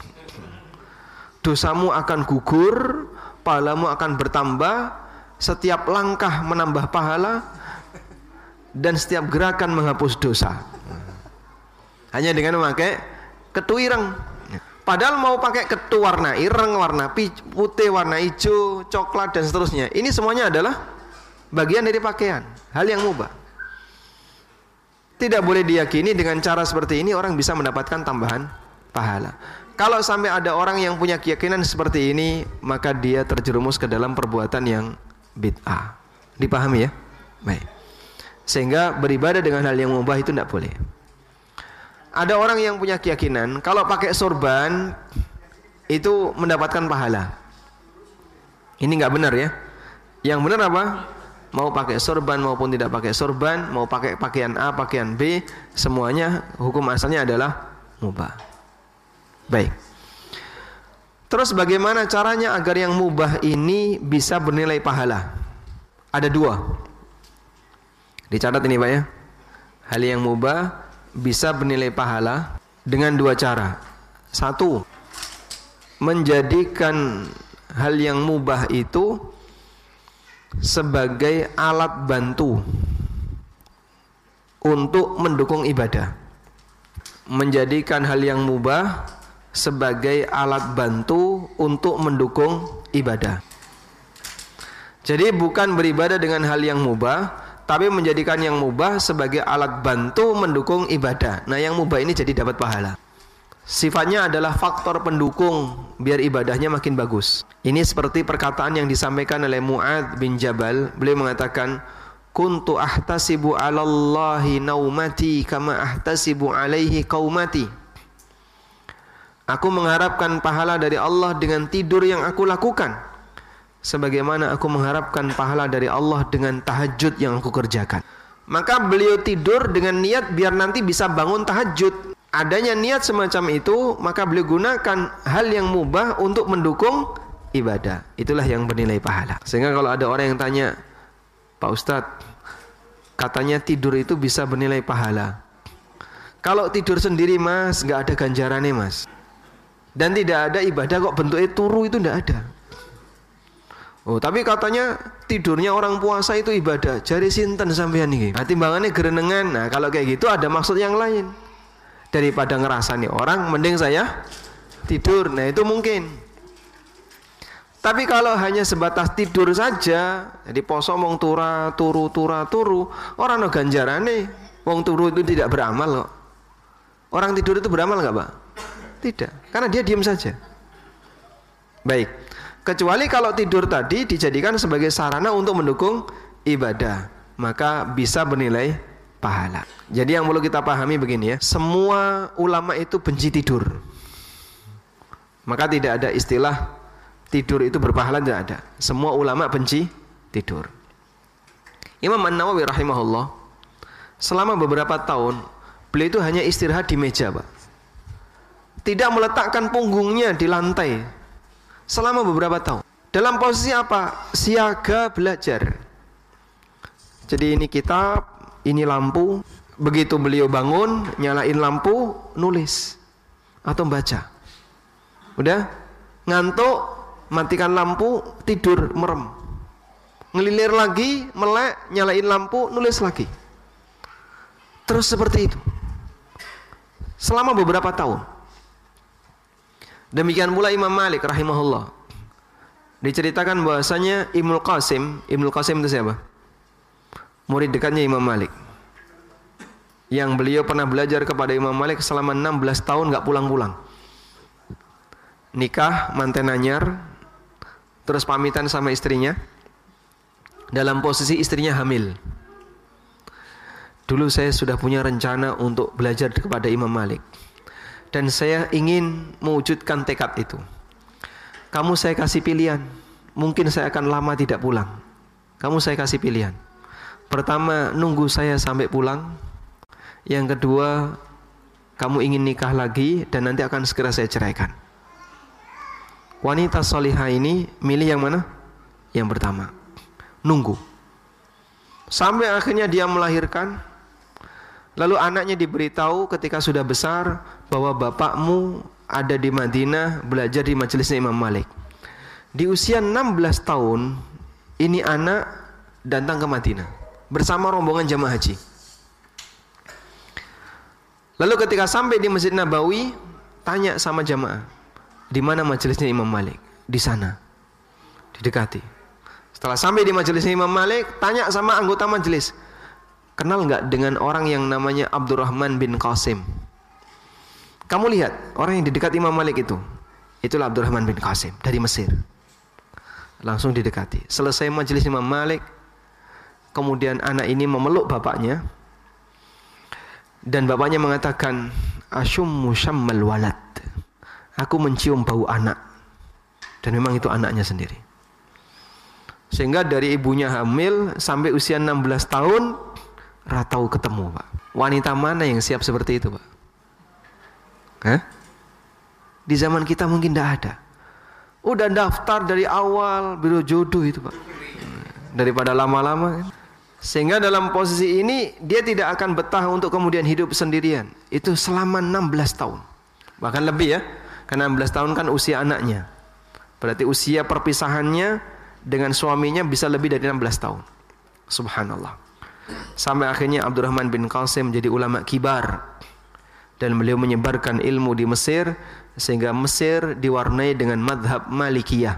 Dosamu akan gugur, pahalamu akan bertambah, setiap langkah menambah pahala, dan setiap gerakan menghapus dosa. Hanya dengan memakai ketu ireng. Padahal mau pakai ketu warna ireng, warna putih, warna hijau, coklat dan seterusnya. Ini semuanya adalah bagian dari pakaian, hal yang mubah. Tidak boleh diyakini dengan cara seperti ini orang bisa mendapatkan tambahan pahala. Kalau sampai ada orang yang punya keyakinan seperti ini, maka dia terjerumus ke dalam perbuatan yang bid'ah. Dipahami ya? Baik. Sehingga beribadah dengan hal yang mubah itu tidak boleh. Ada orang yang punya keyakinan kalau pakai sorban itu mendapatkan pahala. Ini nggak benar ya. Yang benar apa? Mau pakai sorban maupun tidak pakai sorban, mau pakai pakaian A, pakaian B, semuanya hukum asalnya adalah mubah. Baik. Terus bagaimana caranya agar yang mubah ini bisa bernilai pahala? Ada dua. Dicatat ini Pak ya. Hal yang mubah bisa bernilai pahala dengan dua cara. Satu, menjadikan hal yang mubah itu sebagai alat bantu untuk mendukung ibadah. Menjadikan hal yang mubah sebagai alat bantu untuk mendukung ibadah. Jadi bukan beribadah dengan hal yang mubah, tapi menjadikan yang mubah sebagai alat bantu mendukung ibadah. Nah, yang mubah ini jadi dapat pahala. Sifatnya adalah faktor pendukung biar ibadahnya makin bagus. Ini seperti perkataan yang disampaikan oleh Mu'adz bin Jabal. Beliau mengatakan, "Kuntu ahtasibu 'alallahi naumati kama ahtasibu 'alaihi qaumati." Aku mengharapkan pahala dari Allah dengan tidur yang aku lakukan, sebagaimana aku mengharapkan pahala dari Allah dengan tahajud yang aku kerjakan. Maka beliau tidur dengan niat biar nanti bisa bangun tahajud. Adanya niat semacam itu, maka beliau gunakan hal yang mubah untuk mendukung ibadah. Itulah yang bernilai pahala. Sehingga kalau ada orang yang tanya, "Pak Ustadz, katanya tidur itu bisa bernilai pahala. Kalau tidur sendiri mas, gak ada ganjarannya mas. Dan tidak ada ibadah kok bentuknya turu, itu tidak ada. Oh, tapi katanya tidurnya orang puasa itu ibadah. Jari sinten sampean iki? Nah, timbangannya gerenengan. Nah, kalau kayak gitu ada maksud yang lain. Daripada ngerasani orang, mending saya tidur. Nah, itu mungkin. Tapi kalau hanya sebatas tidur saja, jadi poso mong tura turu tura turu, orang no ganjarane. Wong turu itu tidak beramal kok. Orang tidur itu beramal nggak, Pak? Tidak, karena dia diam saja. Baik. Kecuali kalau tidur tadi dijadikan sebagai sarana untuk mendukung ibadah, maka bisa bernilai pahala. Jadi yang perlu kita pahami begini ya, semua ulama itu benci tidur. Maka tidak ada istilah tidur itu berpahala, tidak ada. Semua ulama benci tidur. Imam An-Nawawi rahimahullah, selama beberapa tahun beliau itu hanya istirahat di meja, Pak. Tidak meletakkan punggungnya di lantai. Selama beberapa tahun. Dalam posisi apa? Siaga belajar. Jadi ini kitab, ini lampu. Begitu beliau bangun, nyalain lampu, nulis atau baca. Udah? Ngantuk, matikan lampu, tidur, merem. Ngelilir lagi, melek, nyalain lampu, nulis lagi. Terus seperti itu. Selama beberapa tahun. Demikian pula Imam Malik rahimahullah. Diceritakan bahwasanya Ibnu Qasim, Ibnu Qasim itu siapa? Murid dekatnya Imam Malik. Yang beliau pernah belajar kepada Imam Malik selama enam belas tahun enggak pulang-pulang. Nikah, manten anyar, terus pamitan sama istrinya. Dalam posisi istrinya hamil. Dulu saya sudah punya rencana untuk belajar kepada Imam Malik. Dan saya ingin mewujudkan tekad itu. Kamu saya kasih pilihan. Mungkin saya akan lama tidak pulang. Kamu saya kasih pilihan. Pertama, nunggu saya sampai pulang. Yang kedua, kamu ingin nikah lagi dan nanti akan segera saya ceraikan. Wanita solihah ini milih yang mana? Yang pertama. Nunggu. Sampai akhirnya dia melahirkan. Lalu anaknya diberitahu ketika sudah besar bahwa bapakmu ada di Madinah belajar di majelisnya Imam Malik. Di usia enam belas tahun ini anak datang ke Madinah bersama rombongan jamaah haji. Lalu ketika sampai di Masjid Nabawi, tanya sama jamaah, di mana majelisnya Imam Malik? Di sana. Didekati. Setelah sampai di majelisnya Imam Malik, tanya sama anggota majelis, kenal nggak dengan orang yang namanya Abdurrahman bin Qasim? Kamu lihat orang yang di dekat Imam Malik itu, itulah Abdurrahman bin Qasim dari Mesir. Langsung didekati. Selesai majelis Imam Malik, kemudian anak ini memeluk bapaknya, dan bapaknya mengatakan, Asyummu syammal walad. Aku mencium bau anak. Dan memang itu anaknya sendiri. Sehingga dari ibunya hamil sampai usia enam belas tahun, ratau ketemu, Pak. Wanita mana yang siap seperti itu, Pak? Hah? Di zaman kita mungkin tidak ada. Udah daftar dari awal biro jodoh itu, Pak. Daripada lama-lama kan. Sehingga dalam posisi ini dia tidak akan betah untuk kemudian hidup sendirian. Itu selama enam belas tahun. Bahkan lebih ya. Karena enam belas tahun kan usia anaknya. Berarti usia perpisahannya dengan suaminya bisa lebih dari enam belas tahun. Subhanallah. Sampai akhirnya Abdurrahman bin Qasim menjadi ulama kibar. Dan beliau menyebarkan ilmu di Mesir. Sehingga Mesir diwarnai dengan madhab Malikiyah.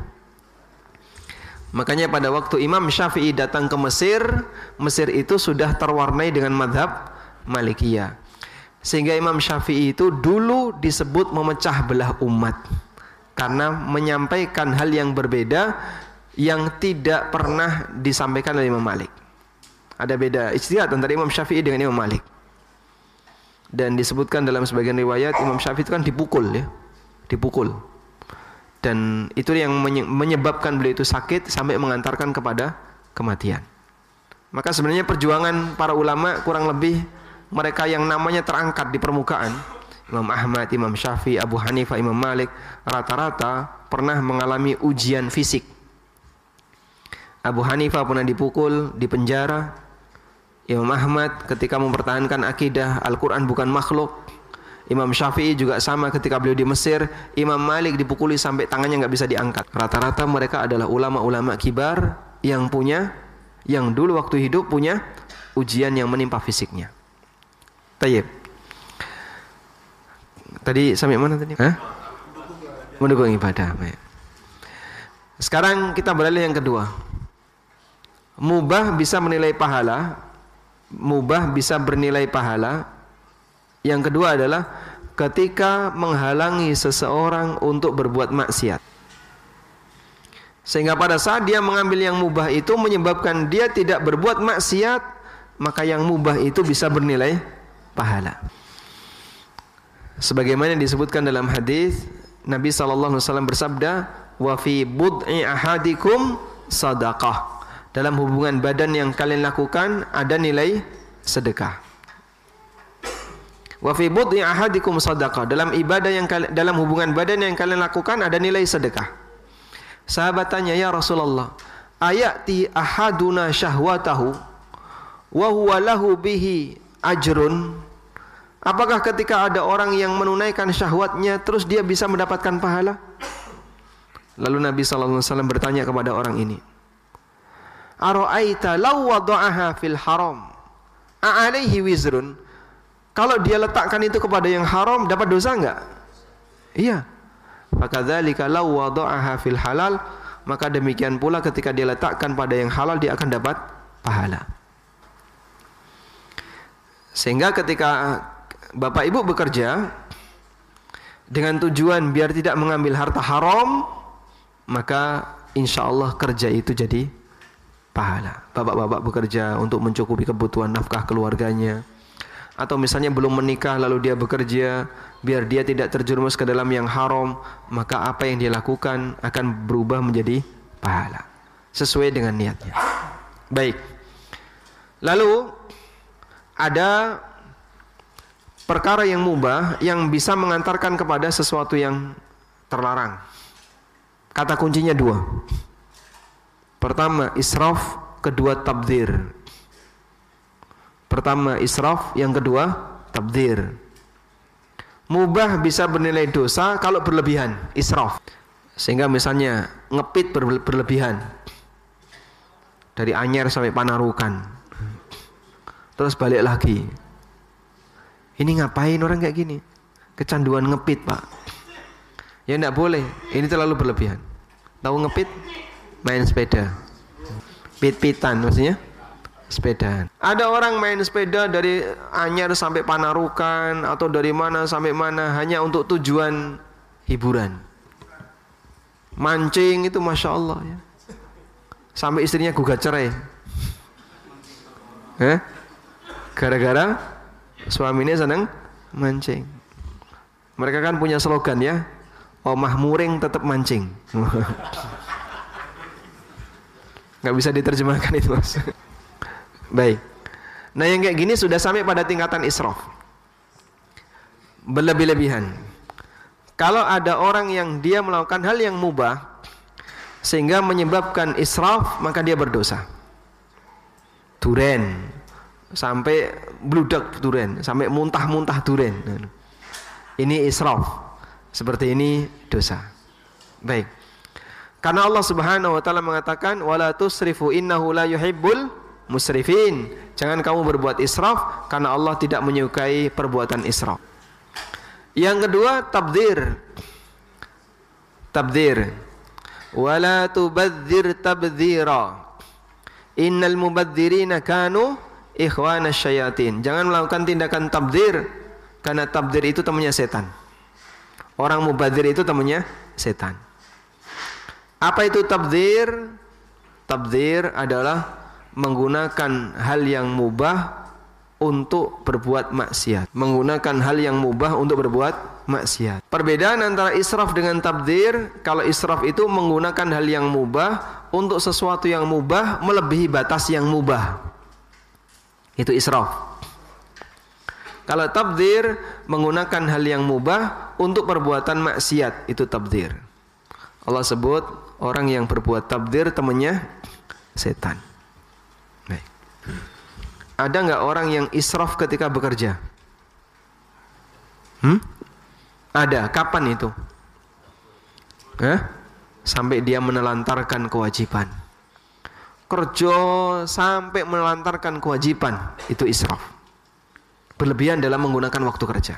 Makanya pada waktu Imam Syafi'i datang ke Mesir, Mesir itu sudah terwarnai dengan madhab Malikiyah. Sehingga Imam Syafi'i itu dulu disebut memecah belah umat. Karena menyampaikan hal yang berbeda yang tidak pernah disampaikan oleh Imam Malik. Ada beda ijtihad antara Imam Syafi'i dengan Imam Malik. Dan disebutkan dalam sebagian riwayat Imam Syafi'i itu kan dipukul ya. Dipukul. Dan itu yang menyebabkan beliau itu sakit sampai mengantarkan kepada kematian. Maka sebenarnya perjuangan para ulama kurang lebih mereka yang namanya terangkat di permukaan, Imam Ahmad, Imam Syafi'i, Abu Hanifah, Imam Malik, rata-rata pernah mengalami ujian fisik. Abu Hanifah pernah dipukul, dipenjara. Imam Ahmad ketika mempertahankan akidah Al-Quran bukan makhluk. Imam Syafi'i juga sama ketika beliau di Mesir. Imam Malik dipukuli sampai tangannya nggak bisa diangkat. Rata-rata mereka adalah ulama-ulama kibar yang punya, yang dulu waktu hidup punya ujian yang menimpa fisiknya. Tayyib. Tadi sampai mana tadi? Hah? Mendukung ibadah. Sekarang kita beralih yang kedua. Mubah bisa menilai pahala. Mubah bisa bernilai pahala. Yang kedua adalah ketika menghalangi seseorang untuk berbuat maksiat. Sehingga pada saat dia mengambil yang mubah itu menyebabkan dia tidak berbuat maksiat, maka yang mubah itu bisa bernilai pahala. Sebagaimana disebutkan dalam hadis, Nabi sallallahu alaihi wasallam bersabda, "Wa fi bud'i ahadikum sadaqah." Dalam hubungan badan yang kalian lakukan ada nilai sedekah. Wa fi bud'i ahadikum sadaqah. Dalam ibadah yang dalam hubungan badan yang kalian lakukan ada nilai sedekah. Sahabat tanya, "Ya Rasulullah, ayati ahaduna syahwatahu wa huwa lahu bihi ajrun?" Apakah ketika ada orang yang menunaikan syahwatnya terus dia bisa mendapatkan pahala? Lalu Nabi sallallahu alaihi wasallam bertanya kepada orang ini, "Ara'aita law wada'aha fil haram, a'alaihi wizrun?" Kalau dia letakkan itu kepada yang haram, dapat dosa enggak? Iya. Fakadzalika law wada'aha fil halal, maka demikian pula ketika dia letakkan pada yang halal dia akan dapat pahala. Sehingga ketika Bapak Ibu bekerja dengan tujuan biar tidak mengambil harta haram, maka insya Allah kerja itu jadi pahala. Bapak-bapak bekerja untuk mencukupi kebutuhan nafkah keluarganya, atau misalnya belum menikah lalu dia bekerja biar dia tidak terjerumus ke dalam yang haram, maka apa yang dia lakukan akan berubah menjadi pahala sesuai dengan niatnya. Baik. Lalu ada perkara yang mubah yang bisa mengantarkan kepada sesuatu yang terlarang. Kata kuncinya dua. Pertama israf, kedua tabdzir. Pertama israf, yang kedua tabdzir. Mubah bisa bernilai dosa kalau berlebihan, israf. Sehingga misalnya ngepit berlebihan. Dari Anyer sampai Panarukan. Terus balik lagi. Ini ngapain orang kayak gini? Kecanduan ngepit, Pak. Ya enggak boleh, ini terlalu berlebihan. Tahu ngepit? Main sepeda. Pit-pitan maksudnya? Sepedaan. Ada orang main sepeda dari Anyer sampai Panarukan atau dari mana sampai mana hanya untuk tujuan hiburan. Mancing itu Masya Allah ya. Sampai istrinya gugat cerai. Eh? Gara-gara suaminya senang mancing. Mereka kan punya slogan ya, omah muring tetap mancing. Gak bisa diterjemahkan itu Mas. Baik. Nah yang kayak gini sudah sampai pada tingkatan israf, berlebih-lebihan. Kalau ada orang yang dia melakukan hal yang mubah sehingga menyebabkan israf, maka dia berdosa. Duren sampai bludak duren, sampai muntah-muntah duren. Ini israf. Seperti ini dosa. Baik. Karena Allah Subhanahu wa taala mengatakan wala tusrifu innahu la yuhibbul musrifin. Jangan kamu berbuat israf karena Allah tidak menyukai perbuatan israf. Yang kedua tabdzir. Tabdzir. Wala tubadzir tabdzira. Innal mubadzirina kanu ikhwana syayatin. Jangan melakukan tindakan tabdzir karena tabdzir itu temannya setan. Orang mubadzir itu temannya setan. Apa itu tabdzir? Tabdzir adalah menggunakan hal yang mubah untuk berbuat maksiat. Menggunakan hal yang mubah untuk berbuat maksiat. Perbedaan antara israf dengan tabdzir, kalau israf itu menggunakan hal yang mubah untuk sesuatu yang mubah melebihi batas yang mubah. Itu israf. Kalau tabdzir menggunakan hal yang mubah untuk perbuatan maksiat, itu tabdzir. Allah sebut orang yang berbuat tabdzir temannya setan. Baik. Ada nggak orang yang israf ketika bekerja? Hmm? Ada. Kapan itu? Hah? Sampai dia menelantarkan kewajiban. Kerja sampai menelantarkan kewajiban, itu israf. Berlebihan dalam menggunakan waktu kerja.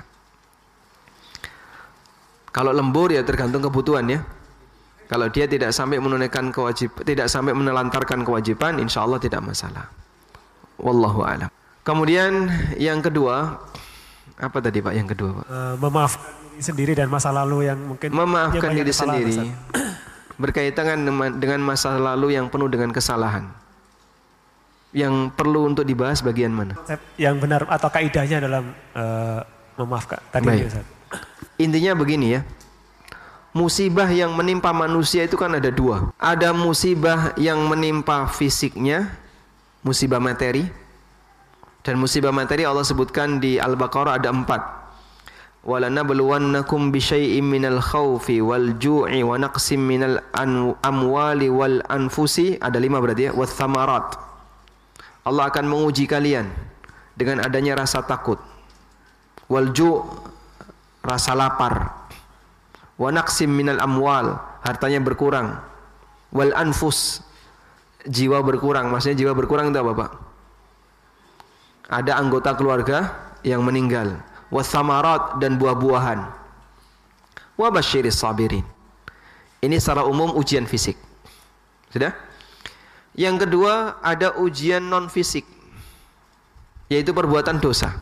Kalau lembur ya tergantung kebutuhan ya. Kalau dia tidak sampai menunaikan kewajiban, tidak sampai menelantarkan kewajiban, insya Allah tidak masalah. Wallahu a'lam. Kemudian yang kedua, apa tadi Pak? Yang kedua Pak? Uh, memaafkan diri sendiri dan masa lalu yang mungkin memaafkan diri sendiri berkaitan dengan masa lalu yang penuh dengan kesalahan. Yang perlu untuk dibahas bagian mana? Yang benar atau kaidahnya dalam uh, memaafkan tadi. Baik. Intinya begini ya. Musibah yang menimpa manusia itu kan ada dua. Ada musibah yang menimpa fisiknya, musibah materi. Dan musibah materi Allah sebutkan di Al-Baqarah ada empat. وَلَنَبْلُوَنَّكُمْ بِشَيْءٍ مِّنَ الْخَوْفِ وَالْجُوعِ وَنَقْسٍ مِّنَ الْأَمْوَالِ وَالْأَنْفُسِ. Ada lima berarti ya. وَالثَّمَرَاتِ. Allah akan menguji kalian dengan adanya rasa takut. Wal-ju', rasa lapar. Wa naqsim minal amwal, hartanya berkurang. Wal anfus, jiwa berkurang. Maksudnya jiwa berkurang itu apa Pak? Ada anggota keluarga yang meninggal. Wathamarat, dan buah-buahan. Wa basyiris sabirin. Ini secara umum ujian fisik. Sudah? Yang kedua ada ujian non fisik, yaitu perbuatan dosa.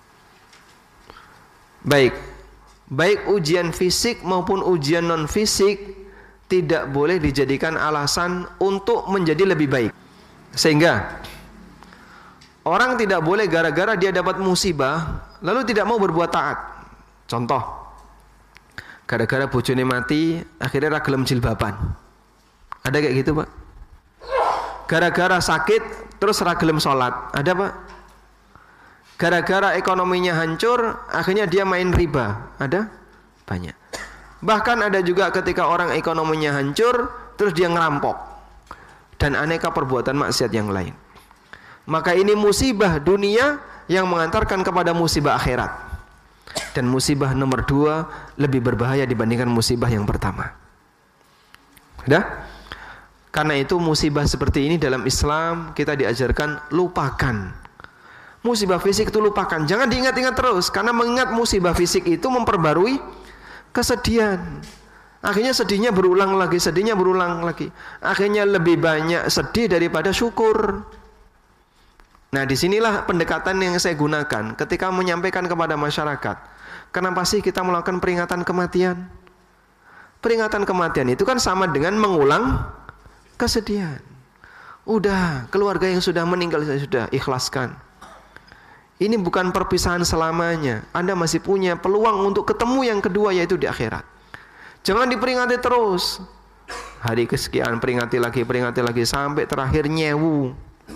Baik Baik ujian fisik maupun ujian non fisik tidak boleh dijadikan alasan untuk menjadi lebih baik. Sehingga orang tidak boleh gara-gara dia dapat musibah lalu tidak mau berbuat taat. Contoh, gara-gara bojone mati akhirnya ra gelem jilbaban. Ada kayak gitu Pak? Gara-gara sakit terus ra gelem sholat. Ada Pak? Gara-gara ekonominya hancur, akhirnya dia main riba. Ada? Banyak. Bahkan ada juga ketika orang ekonominya hancur, terus dia ngerampok. Dan aneka perbuatan maksiat yang lain. Maka ini musibah dunia yang mengantarkan kepada musibah akhirat. Dan musibah nomor dua lebih berbahaya dibandingkan musibah yang pertama. Sudah? Karena itu musibah seperti ini dalam Islam kita diajarkan lupakan. Musibah fisik itu lupakan, jangan diingat-ingat terus. Karena mengingat musibah fisik itu memperbarui kesedihan. Akhirnya sedihnya berulang lagi, sedihnya berulang lagi. Akhirnya lebih banyak sedih daripada syukur. Nah disinilah pendekatan yang saya gunakan ketika menyampaikan kepada masyarakat. Kenapa sih kita melakukan peringatan kematian? Peringatan kematian itu kan sama dengan mengulang kesedihan. Udah, keluarga yang sudah meninggal saya sudah ikhlaskan. Ini bukan perpisahan selamanya. Anda masih punya peluang untuk ketemu yang kedua, yaitu di akhirat. Jangan diperingati terus. Hari kesekian peringati lagi, peringati lagi sampai terakhir nyewu.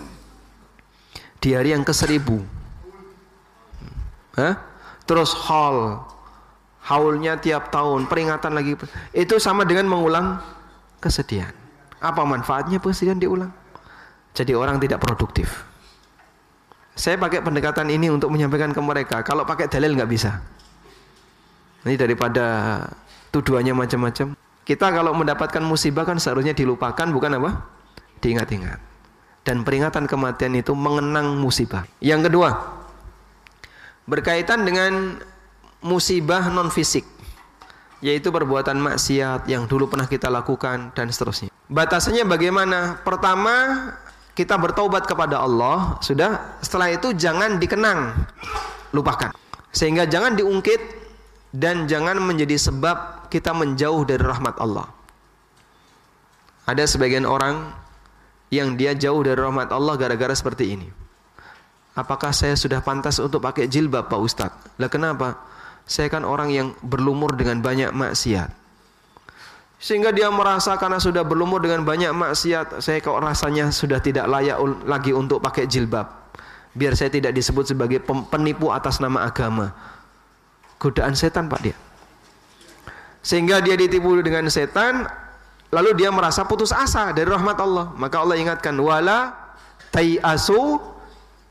Di hari yang keseribu. Hah? Terus haul. Haulnya tiap tahun, peringatan lagi. Itu sama dengan mengulang kesedihan. Apa manfaatnya kesedihan diulang? Jadi orang tidak produktif. Saya pakai pendekatan ini untuk menyampaikan ke mereka. Kalau pakai dalil nggak bisa. Ini daripada tuduhannya macam-macam. Kita kalau mendapatkan musibah kan seharusnya dilupakan, bukan apa? Diingat-ingat. Dan peringatan kematian itu mengenang musibah. Yang kedua, berkaitan dengan musibah non fisik, yaitu perbuatan maksiat yang dulu pernah kita lakukan dan seterusnya. Batasannya bagaimana? Pertama, kita bertaubat kepada Allah, sudah. Setelah itu jangan dikenang, lupakan. Sehingga jangan diungkit dan jangan menjadi sebab kita menjauh dari rahmat Allah. Ada sebagian orang yang dia jauh dari rahmat Allah gara-gara seperti ini. Apakah saya sudah pantas untuk pakai jilbab Pak Ustadz? Lah kenapa? Saya kan orang yang berlumur dengan banyak maksiat. Sehingga dia merasa karena sudah berlumur dengan banyak maksiat, saya kok rasanya sudah tidak layak lagi untuk pakai jilbab. Biar saya tidak disebut sebagai penipu atas nama agama. Godaan setan Pak dia. Sehingga dia ditipu dengan setan, lalu dia merasa putus asa dari rahmat Allah. Maka Allah ingatkan, wala tayasu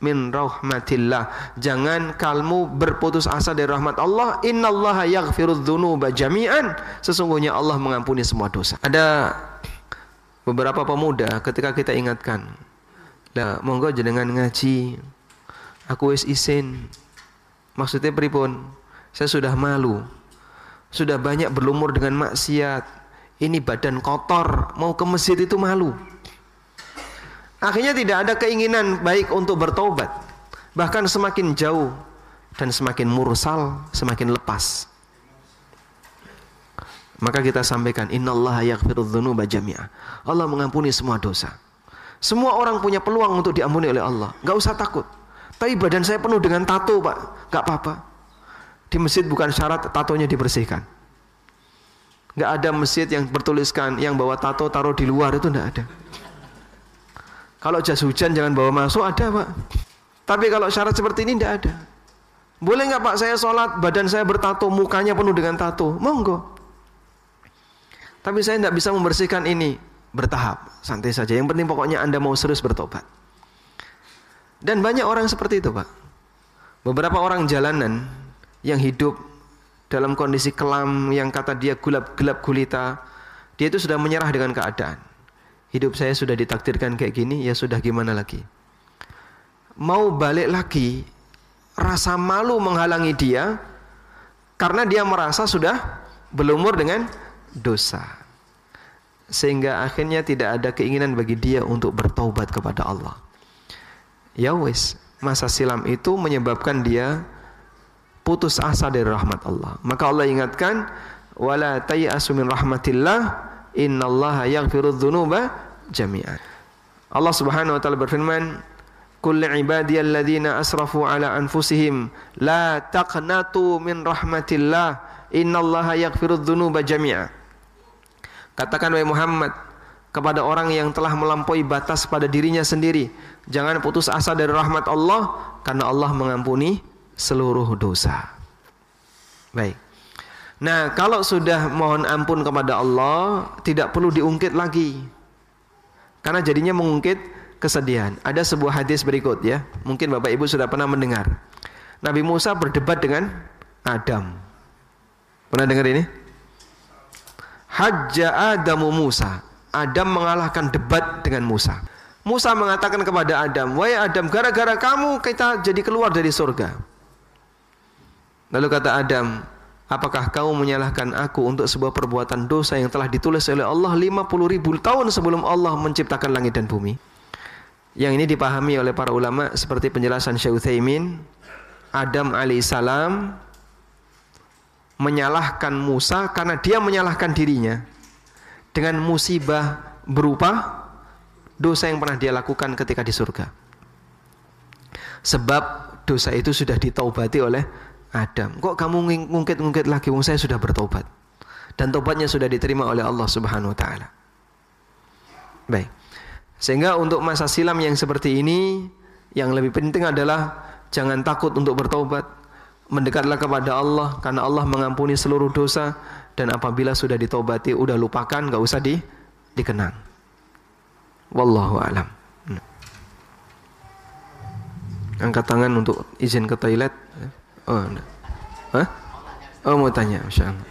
min rahmatillah. Jangan kamu berputus asa dari rahmat Allah. Innallaha yaghfirudz dzunuba jami'an. Sesungguhnya Allah mengampuni semua dosa. Ada beberapa pemuda ketika kita ingatkan, lah monggo jenengan ngaji, aku wis isin. Maksudnya pripun? Saya sudah malu, sudah banyak berlumur dengan maksiat, ini badan kotor, mau ke masjid itu malu. Akhirnya tidak ada keinginan baik untuk bertobat, bahkan semakin jauh dan semakin mursal, semakin lepas. Maka kita sampaikan, innallaha yaghfirudz dzunuba jami'a. Allah mengampuni semua dosa. Semua orang punya peluang untuk diampuni oleh Allah. Gak usah takut. Tapi badan saya penuh dengan tato, Pak. Gak apa-apa. Di masjid bukan syarat tatonya dibersihkan. Gak ada masjid yang bertuliskan yang bawa tato taruh di luar, itu gak ada. Kalau jas hujan jangan bawa masuk, ada, Pak. Tapi kalau syarat seperti ini gak ada. Boleh gak, Pak, saya sholat badan saya bertato, mukanya penuh dengan tato? Monggo. Tapi saya tidak bisa membersihkan ini. Bertahap, santai saja. Yang penting pokoknya Anda mau serius bertobat. Dan banyak orang seperti itu, Pak. Beberapa orang jalanan yang hidup dalam kondisi kelam, yang kata dia gelap-gelap gulita, dia itu sudah menyerah dengan keadaan. Hidup saya sudah ditakdirkan kayak gini, ya sudah, gimana lagi. Mau balik lagi, rasa malu menghalangi dia, karena dia merasa sudah berlumur dengan dosa, sehingga akhirnya tidak ada keinginan bagi dia untuk bertaubat kepada Allah. Ya wis, masa silam itu menyebabkan dia putus asa dari rahmat Allah. Maka Allah ingatkan, wala tayasu min rahmatillah, innallaha yaghfirudz dzunuba jami'an. Allah Subhanahu wa taala berfirman, qul ibadiyalladzina asrafu ala anfusihim la taqnatu min rahmatillah, innallaha yaghfirudz dzunuba jami'a. Katakan wahai Muhammad kepada orang yang telah melampaui batas pada dirinya sendiri, jangan putus asa dari rahmat Allah, karena Allah mengampuni seluruh dosa. Baik. Nah, kalau sudah mohon ampun kepada Allah, tidak perlu diungkit lagi, karena jadinya mengungkit kesedihan. Ada sebuah hadis berikut, ya, mungkin Bapak Ibu sudah pernah mendengar. Nabi Musa berdebat dengan Adam. Pernah dengar ini? Hajja Adamu Musa. Adam mengalahkan debat dengan Musa. Musa mengatakan kepada Adam, wahai Adam, gara-gara kamu kita jadi keluar dari surga. Lalu kata Adam, apakah kamu menyalahkan aku untuk sebuah perbuatan dosa yang telah ditulis oleh Allah lima puluh ribu tahun sebelum Allah menciptakan langit dan bumi? Yang ini dipahami oleh para ulama seperti penjelasan Syekh Utsaimin. Adam alaihissalam menyalahkan Musa karena dia menyalahkan dirinya dengan musibah berupa dosa yang pernah dia lakukan ketika di surga. Sebab dosa itu sudah ditaubati oleh Adam. Kok kamu ngungkit-ngungkit lagi? Wong saya sudah bertobat dan tobatnya sudah diterima oleh Allah Subhanahu wa taala. Baik. Sehingga untuk masa silam yang seperti ini, yang lebih penting adalah jangan takut untuk bertobat. Mendekatlah kepada Allah, karena Allah mengampuni seluruh dosa, dan apabila sudah ditobati, udah lupakan, gak usah di, dikenang. Wallahu a'lam. Angkat tangan untuk izin ke toilet. Oh, enggak. Hah? Oh, mau tanya, Masya Allah.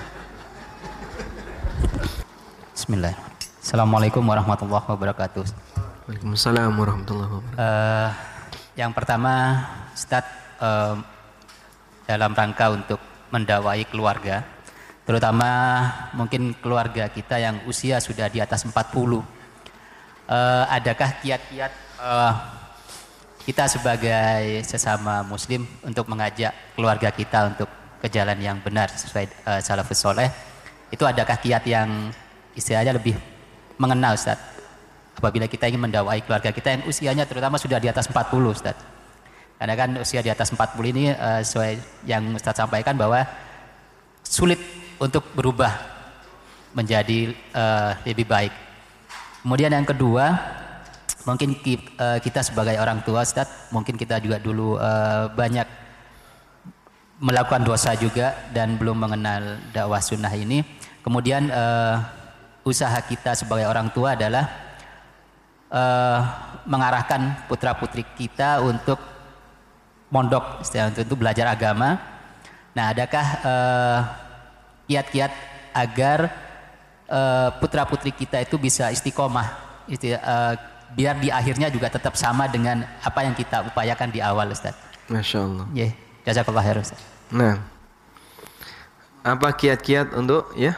Bismillah. Assalamualaikum warahmatullahi wabarakatuh. Waalaikumsalam warahmatullahi wabarakatuh. Uh, yang pertama, Ustaz, uh, dalam rangka untuk mendakwai keluarga, terutama mungkin keluarga kita yang usia sudah di atas empat puluh. Uh, adakah kiat-kiat uh, kita sebagai sesama muslim untuk mengajak keluarga kita untuk ke jalan yang benar sesuai uh, salafus soleh? Itu adakah kiat yang istilahnya lebih mengenal, Ustaz, apabila kita ingin mendakwai keluarga kita yang usianya terutama sudah di atas empat puluh, Ustaz? Karena kan usia di atas empat puluh ini uh, sesuai yang Ustaz sampaikan bahwa sulit untuk berubah menjadi uh, lebih baik. Kemudian yang kedua, mungkin kita sebagai orang tua, Ustaz, mungkin kita juga dulu uh, banyak melakukan dosa juga dan belum mengenal dakwah sunnah ini. Kemudian uh, usaha kita sebagai orang tua adalah uh, mengarahkan putra-putri kita untuk mondok, untuk, untuk belajar agama. Nah, adakah uh, kiat-kiat agar uh, putra-putri kita itu bisa istiqomah, itu, uh, biar di akhirnya juga tetap sama dengan apa yang kita upayakan di awal, Ustaz? Masya Allah. Ya, jazakallah khair, Ustaz. Nah, apa kiat-kiat untuk ya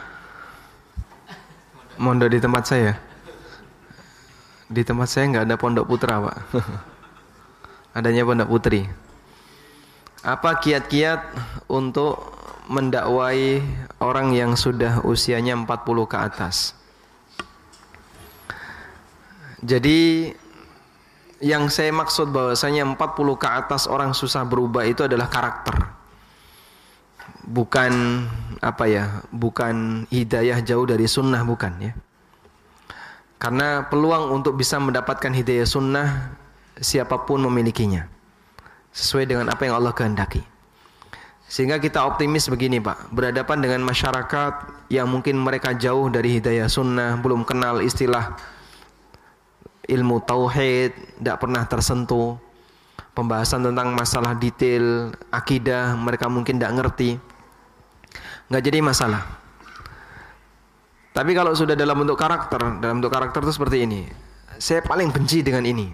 mondok di tempat saya? Di tempat saya nggak ada pondok putra, Pak. Adanya pondok putri. Apa kiat-kiat untuk mendakwai orang yang sudah usianya empat puluh ke atas? Jadi yang saya maksud bahwasanya empat puluh ke atas orang susah berubah itu adalah karakter. Bukan apa ya, bukan hidayah jauh dari sunnah, bukan ya. Karena peluang untuk bisa mendapatkan hidayah sunnah siapapun memilikinya, sesuai dengan apa yang Allah kehendaki. Sehingga kita optimis begini, Pak, berhadapan dengan masyarakat yang mungkin mereka jauh dari hidayah sunnah, belum kenal istilah ilmu tauhid, tidak pernah tersentuh pembahasan tentang masalah detail akidah, mereka mungkin tidak ngerti, nggak jadi masalah. Tapi kalau sudah dalam bentuk karakter, dalam bentuk karakter itu seperti ini, saya paling benci dengan ini,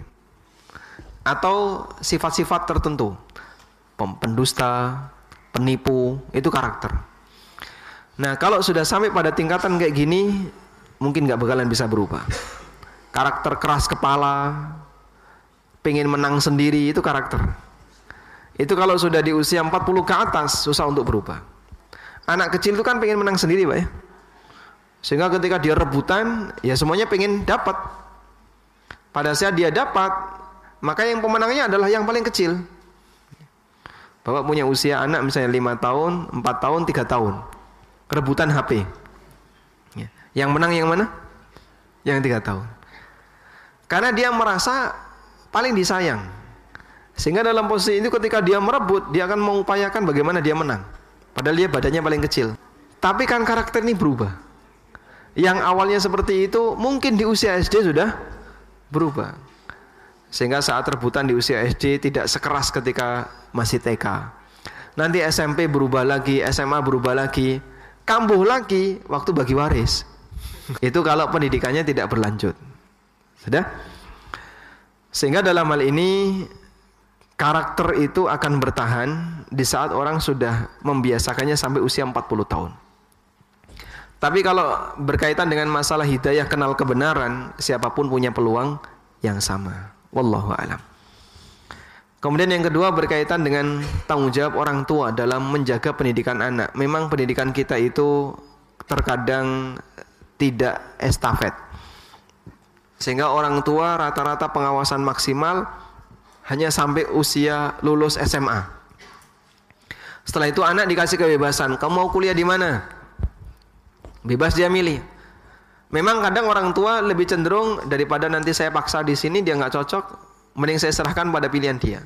atau sifat-sifat tertentu, pendusta, penipu, itu karakter. Nah, kalau sudah sampai pada tingkatan kayak gini, mungkin nggak bakalan bisa berubah. Karakter keras kepala, pengen menang sendiri, itu karakter. Itu kalau sudah di usia empat puluh ke atas, susah untuk berubah. Anak kecil itu kan pengen menang sendiri, Pak ya. Sehingga ketika dia rebutan, ya semuanya pengen dapat. Pada saat dia dapat, maka yang pemenangnya adalah yang paling kecil. Bapak punya usia anak misalnya lima tahun, empat tahun, tiga tahun, rebutan H P. Yang menang yang mana? Yang tiga tahun. Karena dia merasa paling disayang. Sehingga dalam posisi itu ketika dia merebut, dia akan mengupayakan bagaimana dia menang. Padahal dia badannya paling kecil. Tapi kan karakter ini berubah. Yang awalnya seperti itu mungkin di usia S D sudah berubah. Sehingga saat rebutan di usia S D tidak sekeras ketika masih T K. Nanti S M P berubah lagi, S M A berubah lagi, kambuh lagi waktu bagi waris. Itu kalau pendidikannya tidak berlanjut. Sudah? Sehingga dalam hal ini karakter itu akan bertahan di saat orang sudah membiasakannya sampai usia empat puluh tahun. Tapi kalau berkaitan dengan masalah hidayah kenal kebenaran, siapapun punya peluang yang sama. Wallahu a'lam. Kemudian yang kedua berkaitan dengan tanggung jawab orang tua dalam menjaga pendidikan anak. Memang pendidikan kita itu terkadang tidak estafet. Sehingga orang tua rata-rata pengawasan maksimal hanya sampai usia lulus S M A. Setelah itu anak dikasih kebebasan, kamu mau kuliah di mana? Bebas dia milih. Memang kadang orang tua lebih cenderung daripada nanti saya paksa di sini dia nggak cocok, mending saya serahkan pada pilihan dia.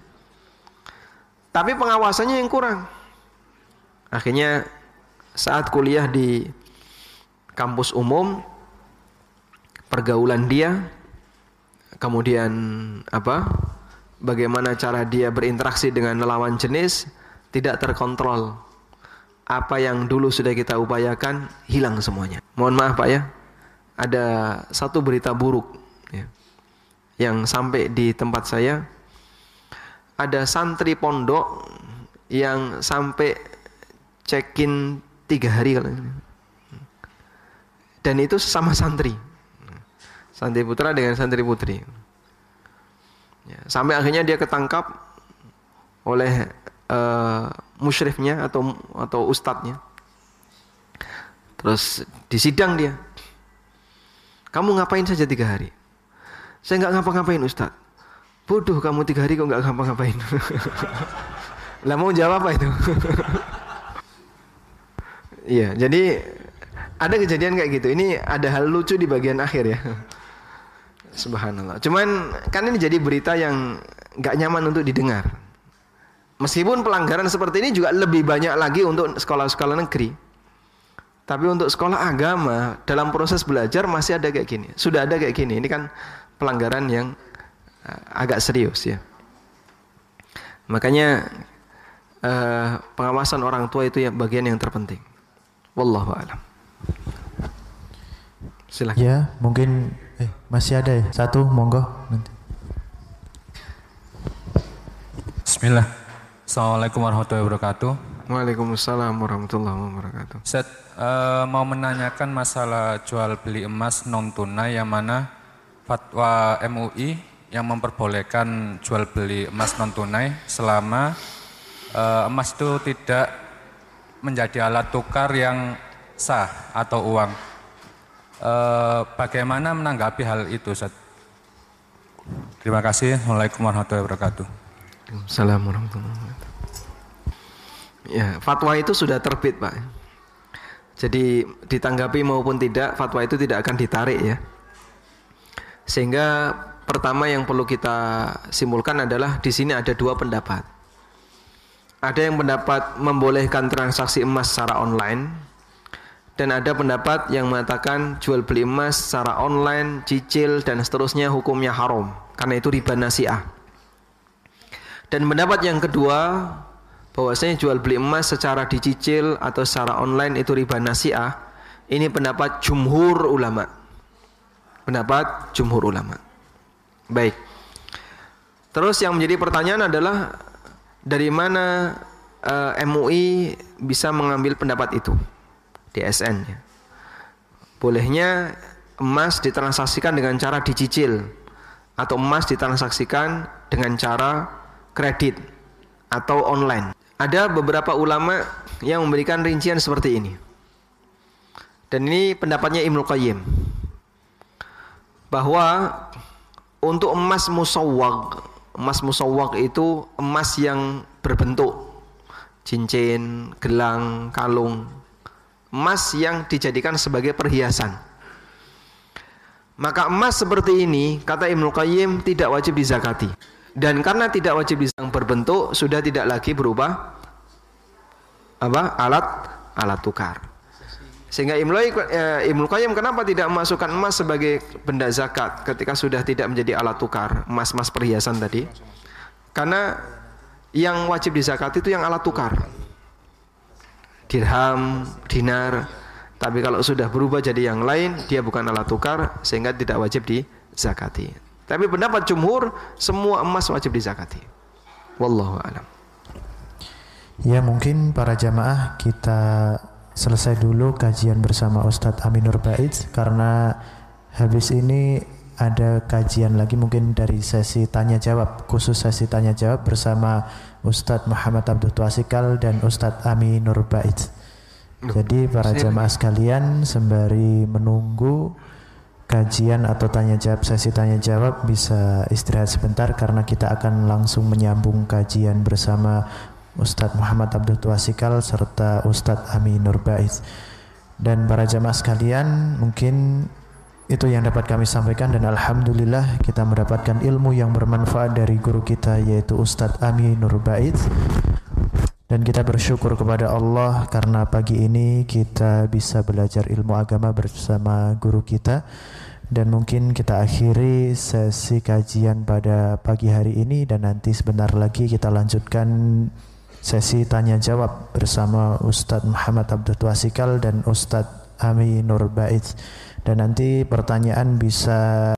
Tapi pengawasannya yang kurang. Akhirnya saat kuliah di kampus umum, pergaulan dia, kemudian apa? Bagaimana cara dia berinteraksi dengan lawan jenis tidak terkontrol. Apa yang dulu sudah kita upayakan hilang semuanya. Mohon maaf Pak ya, ada satu berita buruk ya, yang sampai di tempat saya. Ada santri pondok yang sampai check-in tiga hari kalau ini. Dan itu sesama santri, santri putra dengan santri putri ya, sampai akhirnya dia ketangkap oleh uh, musyrifnya atau atau ustadznya. Terus disidang dia, kamu ngapain saja tiga hari? Saya nggak ngapa-ngapain Ustadz. Bodoh kamu, tiga hari kok nggak ngapa-ngapain. Lah mau jawab apa itu? Iya, jadi ada kejadian kayak gitu. Ini ada hal lucu di bagian akhir ya. Subhanallah. Cuman kan ini jadi berita yang nggak nyaman untuk didengar. Meskipun pelanggaran seperti ini juga lebih banyak lagi untuk sekolah-sekolah negeri. Tapi untuk sekolah agama dalam proses belajar masih ada kayak gini. Sudah ada kayak gini. Ini kan pelanggaran yang agak serius ya. Makanya uh, pengawasan orang tua itu yang bagian yang terpenting. Wallahu a'lam. Silakan. Ya, mungkin eh, masih ada ya satu, monggo nanti. Bismillah. Assalamualaikum warahmatullahi wabarakatuh. Waalaikumsalam warahmatullahi wabarakatuh. Ustaz, uh, mau menanyakan masalah jual beli emas non tunai yang mana fatwa M U I yang memperbolehkan jual beli emas non tunai selama uh, emas itu tidak menjadi alat tukar yang sah atau uang. Uh, bagaimana menanggapi hal itu, Ustaz? Terima kasih. Assalamualaikum warahmatullahi wabarakatuh. Assalamualaikum warahmatullahi wabarakatuh. Ya, fatwa itu sudah terbit, Pak. Jadi ditanggapi maupun tidak, fatwa itu tidak akan ditarik ya. Sehingga pertama yang perlu kita simpulkan adalah di sini ada dua pendapat. Ada yang pendapat membolehkan transaksi emas secara online, dan ada pendapat yang mengatakan jual beli emas secara online, cicil dan seterusnya hukumnya haram karena itu riba nasi'ah. Dan pendapat yang kedua, bahwasanya jual beli emas secara dicicil atau secara online itu riba nasi'ah, ini pendapat jumhur ulama. Pendapat jumhur ulama. Baik. Terus yang menjadi pertanyaan adalah dari mana uh, M U I bisa mengambil pendapat itu? D S N ya. Bolehnya emas ditransaksikan dengan cara dicicil atau emas ditransaksikan dengan cara kredit atau online. Ada beberapa ulama yang memberikan rincian seperti ini. Dan ini pendapatnya Ibnu Qayyim. Bahwa untuk emas musawwag, emas musawwag itu emas yang berbentuk cincin, gelang, kalung, emas yang dijadikan sebagai perhiasan. Maka emas seperti ini, kata Ibnu Qayyim, tidak wajib dizakati. Dan karena tidak wajib dizakati, berbentuk sudah tidak lagi berubah apa? alat alat tukar. Sehingga Ibnu Qayyim kenapa tidak memasukkan emas sebagai benda zakat ketika sudah tidak menjadi alat tukar, emas-emas perhiasan tadi? Karena yang wajib dizakati itu yang alat tukar. Dirham, dinar. Tapi kalau sudah berubah jadi yang lain, dia bukan alat tukar sehingga tidak wajib dizakati. Tapi pendapat jumhur, semua emas wajib dizakati. Wallahu a'lam. Ya, mungkin para jamaah kita selesai dulu kajian bersama Ustadz Aminur Baiz, karena habis ini ada kajian lagi mungkin dari sesi tanya jawab, khusus sesi tanya jawab bersama Ustadz Muhammad Abdul Twasikal dan Ustadz Aminur Baiz. Jadi para jamaah sekalian, sembari menunggu kajian atau tanya jawab, sesi tanya jawab, bisa istirahat sebentar karena kita akan langsung menyambung kajian bersama Ustadz Muhammad Abdul Twasikal serta Ustadz Aminur Baiz. Dan para jamaah sekalian, mungkin itu yang dapat kami sampaikan, dan alhamdulillah kita mendapatkan ilmu yang bermanfaat dari guru kita yaitu Ustadz Aminur Baiz. Dan kita bersyukur kepada Allah karena pagi ini kita bisa belajar ilmu agama bersama guru kita. Dan mungkin kita akhiri sesi kajian pada pagi hari ini, dan nanti sebentar lagi kita lanjutkan sesi tanya jawab bersama Ustadz Muhammad Abdul Twasikal dan Ustadz Aminur Baiz. Dan nanti pertanyaan bisa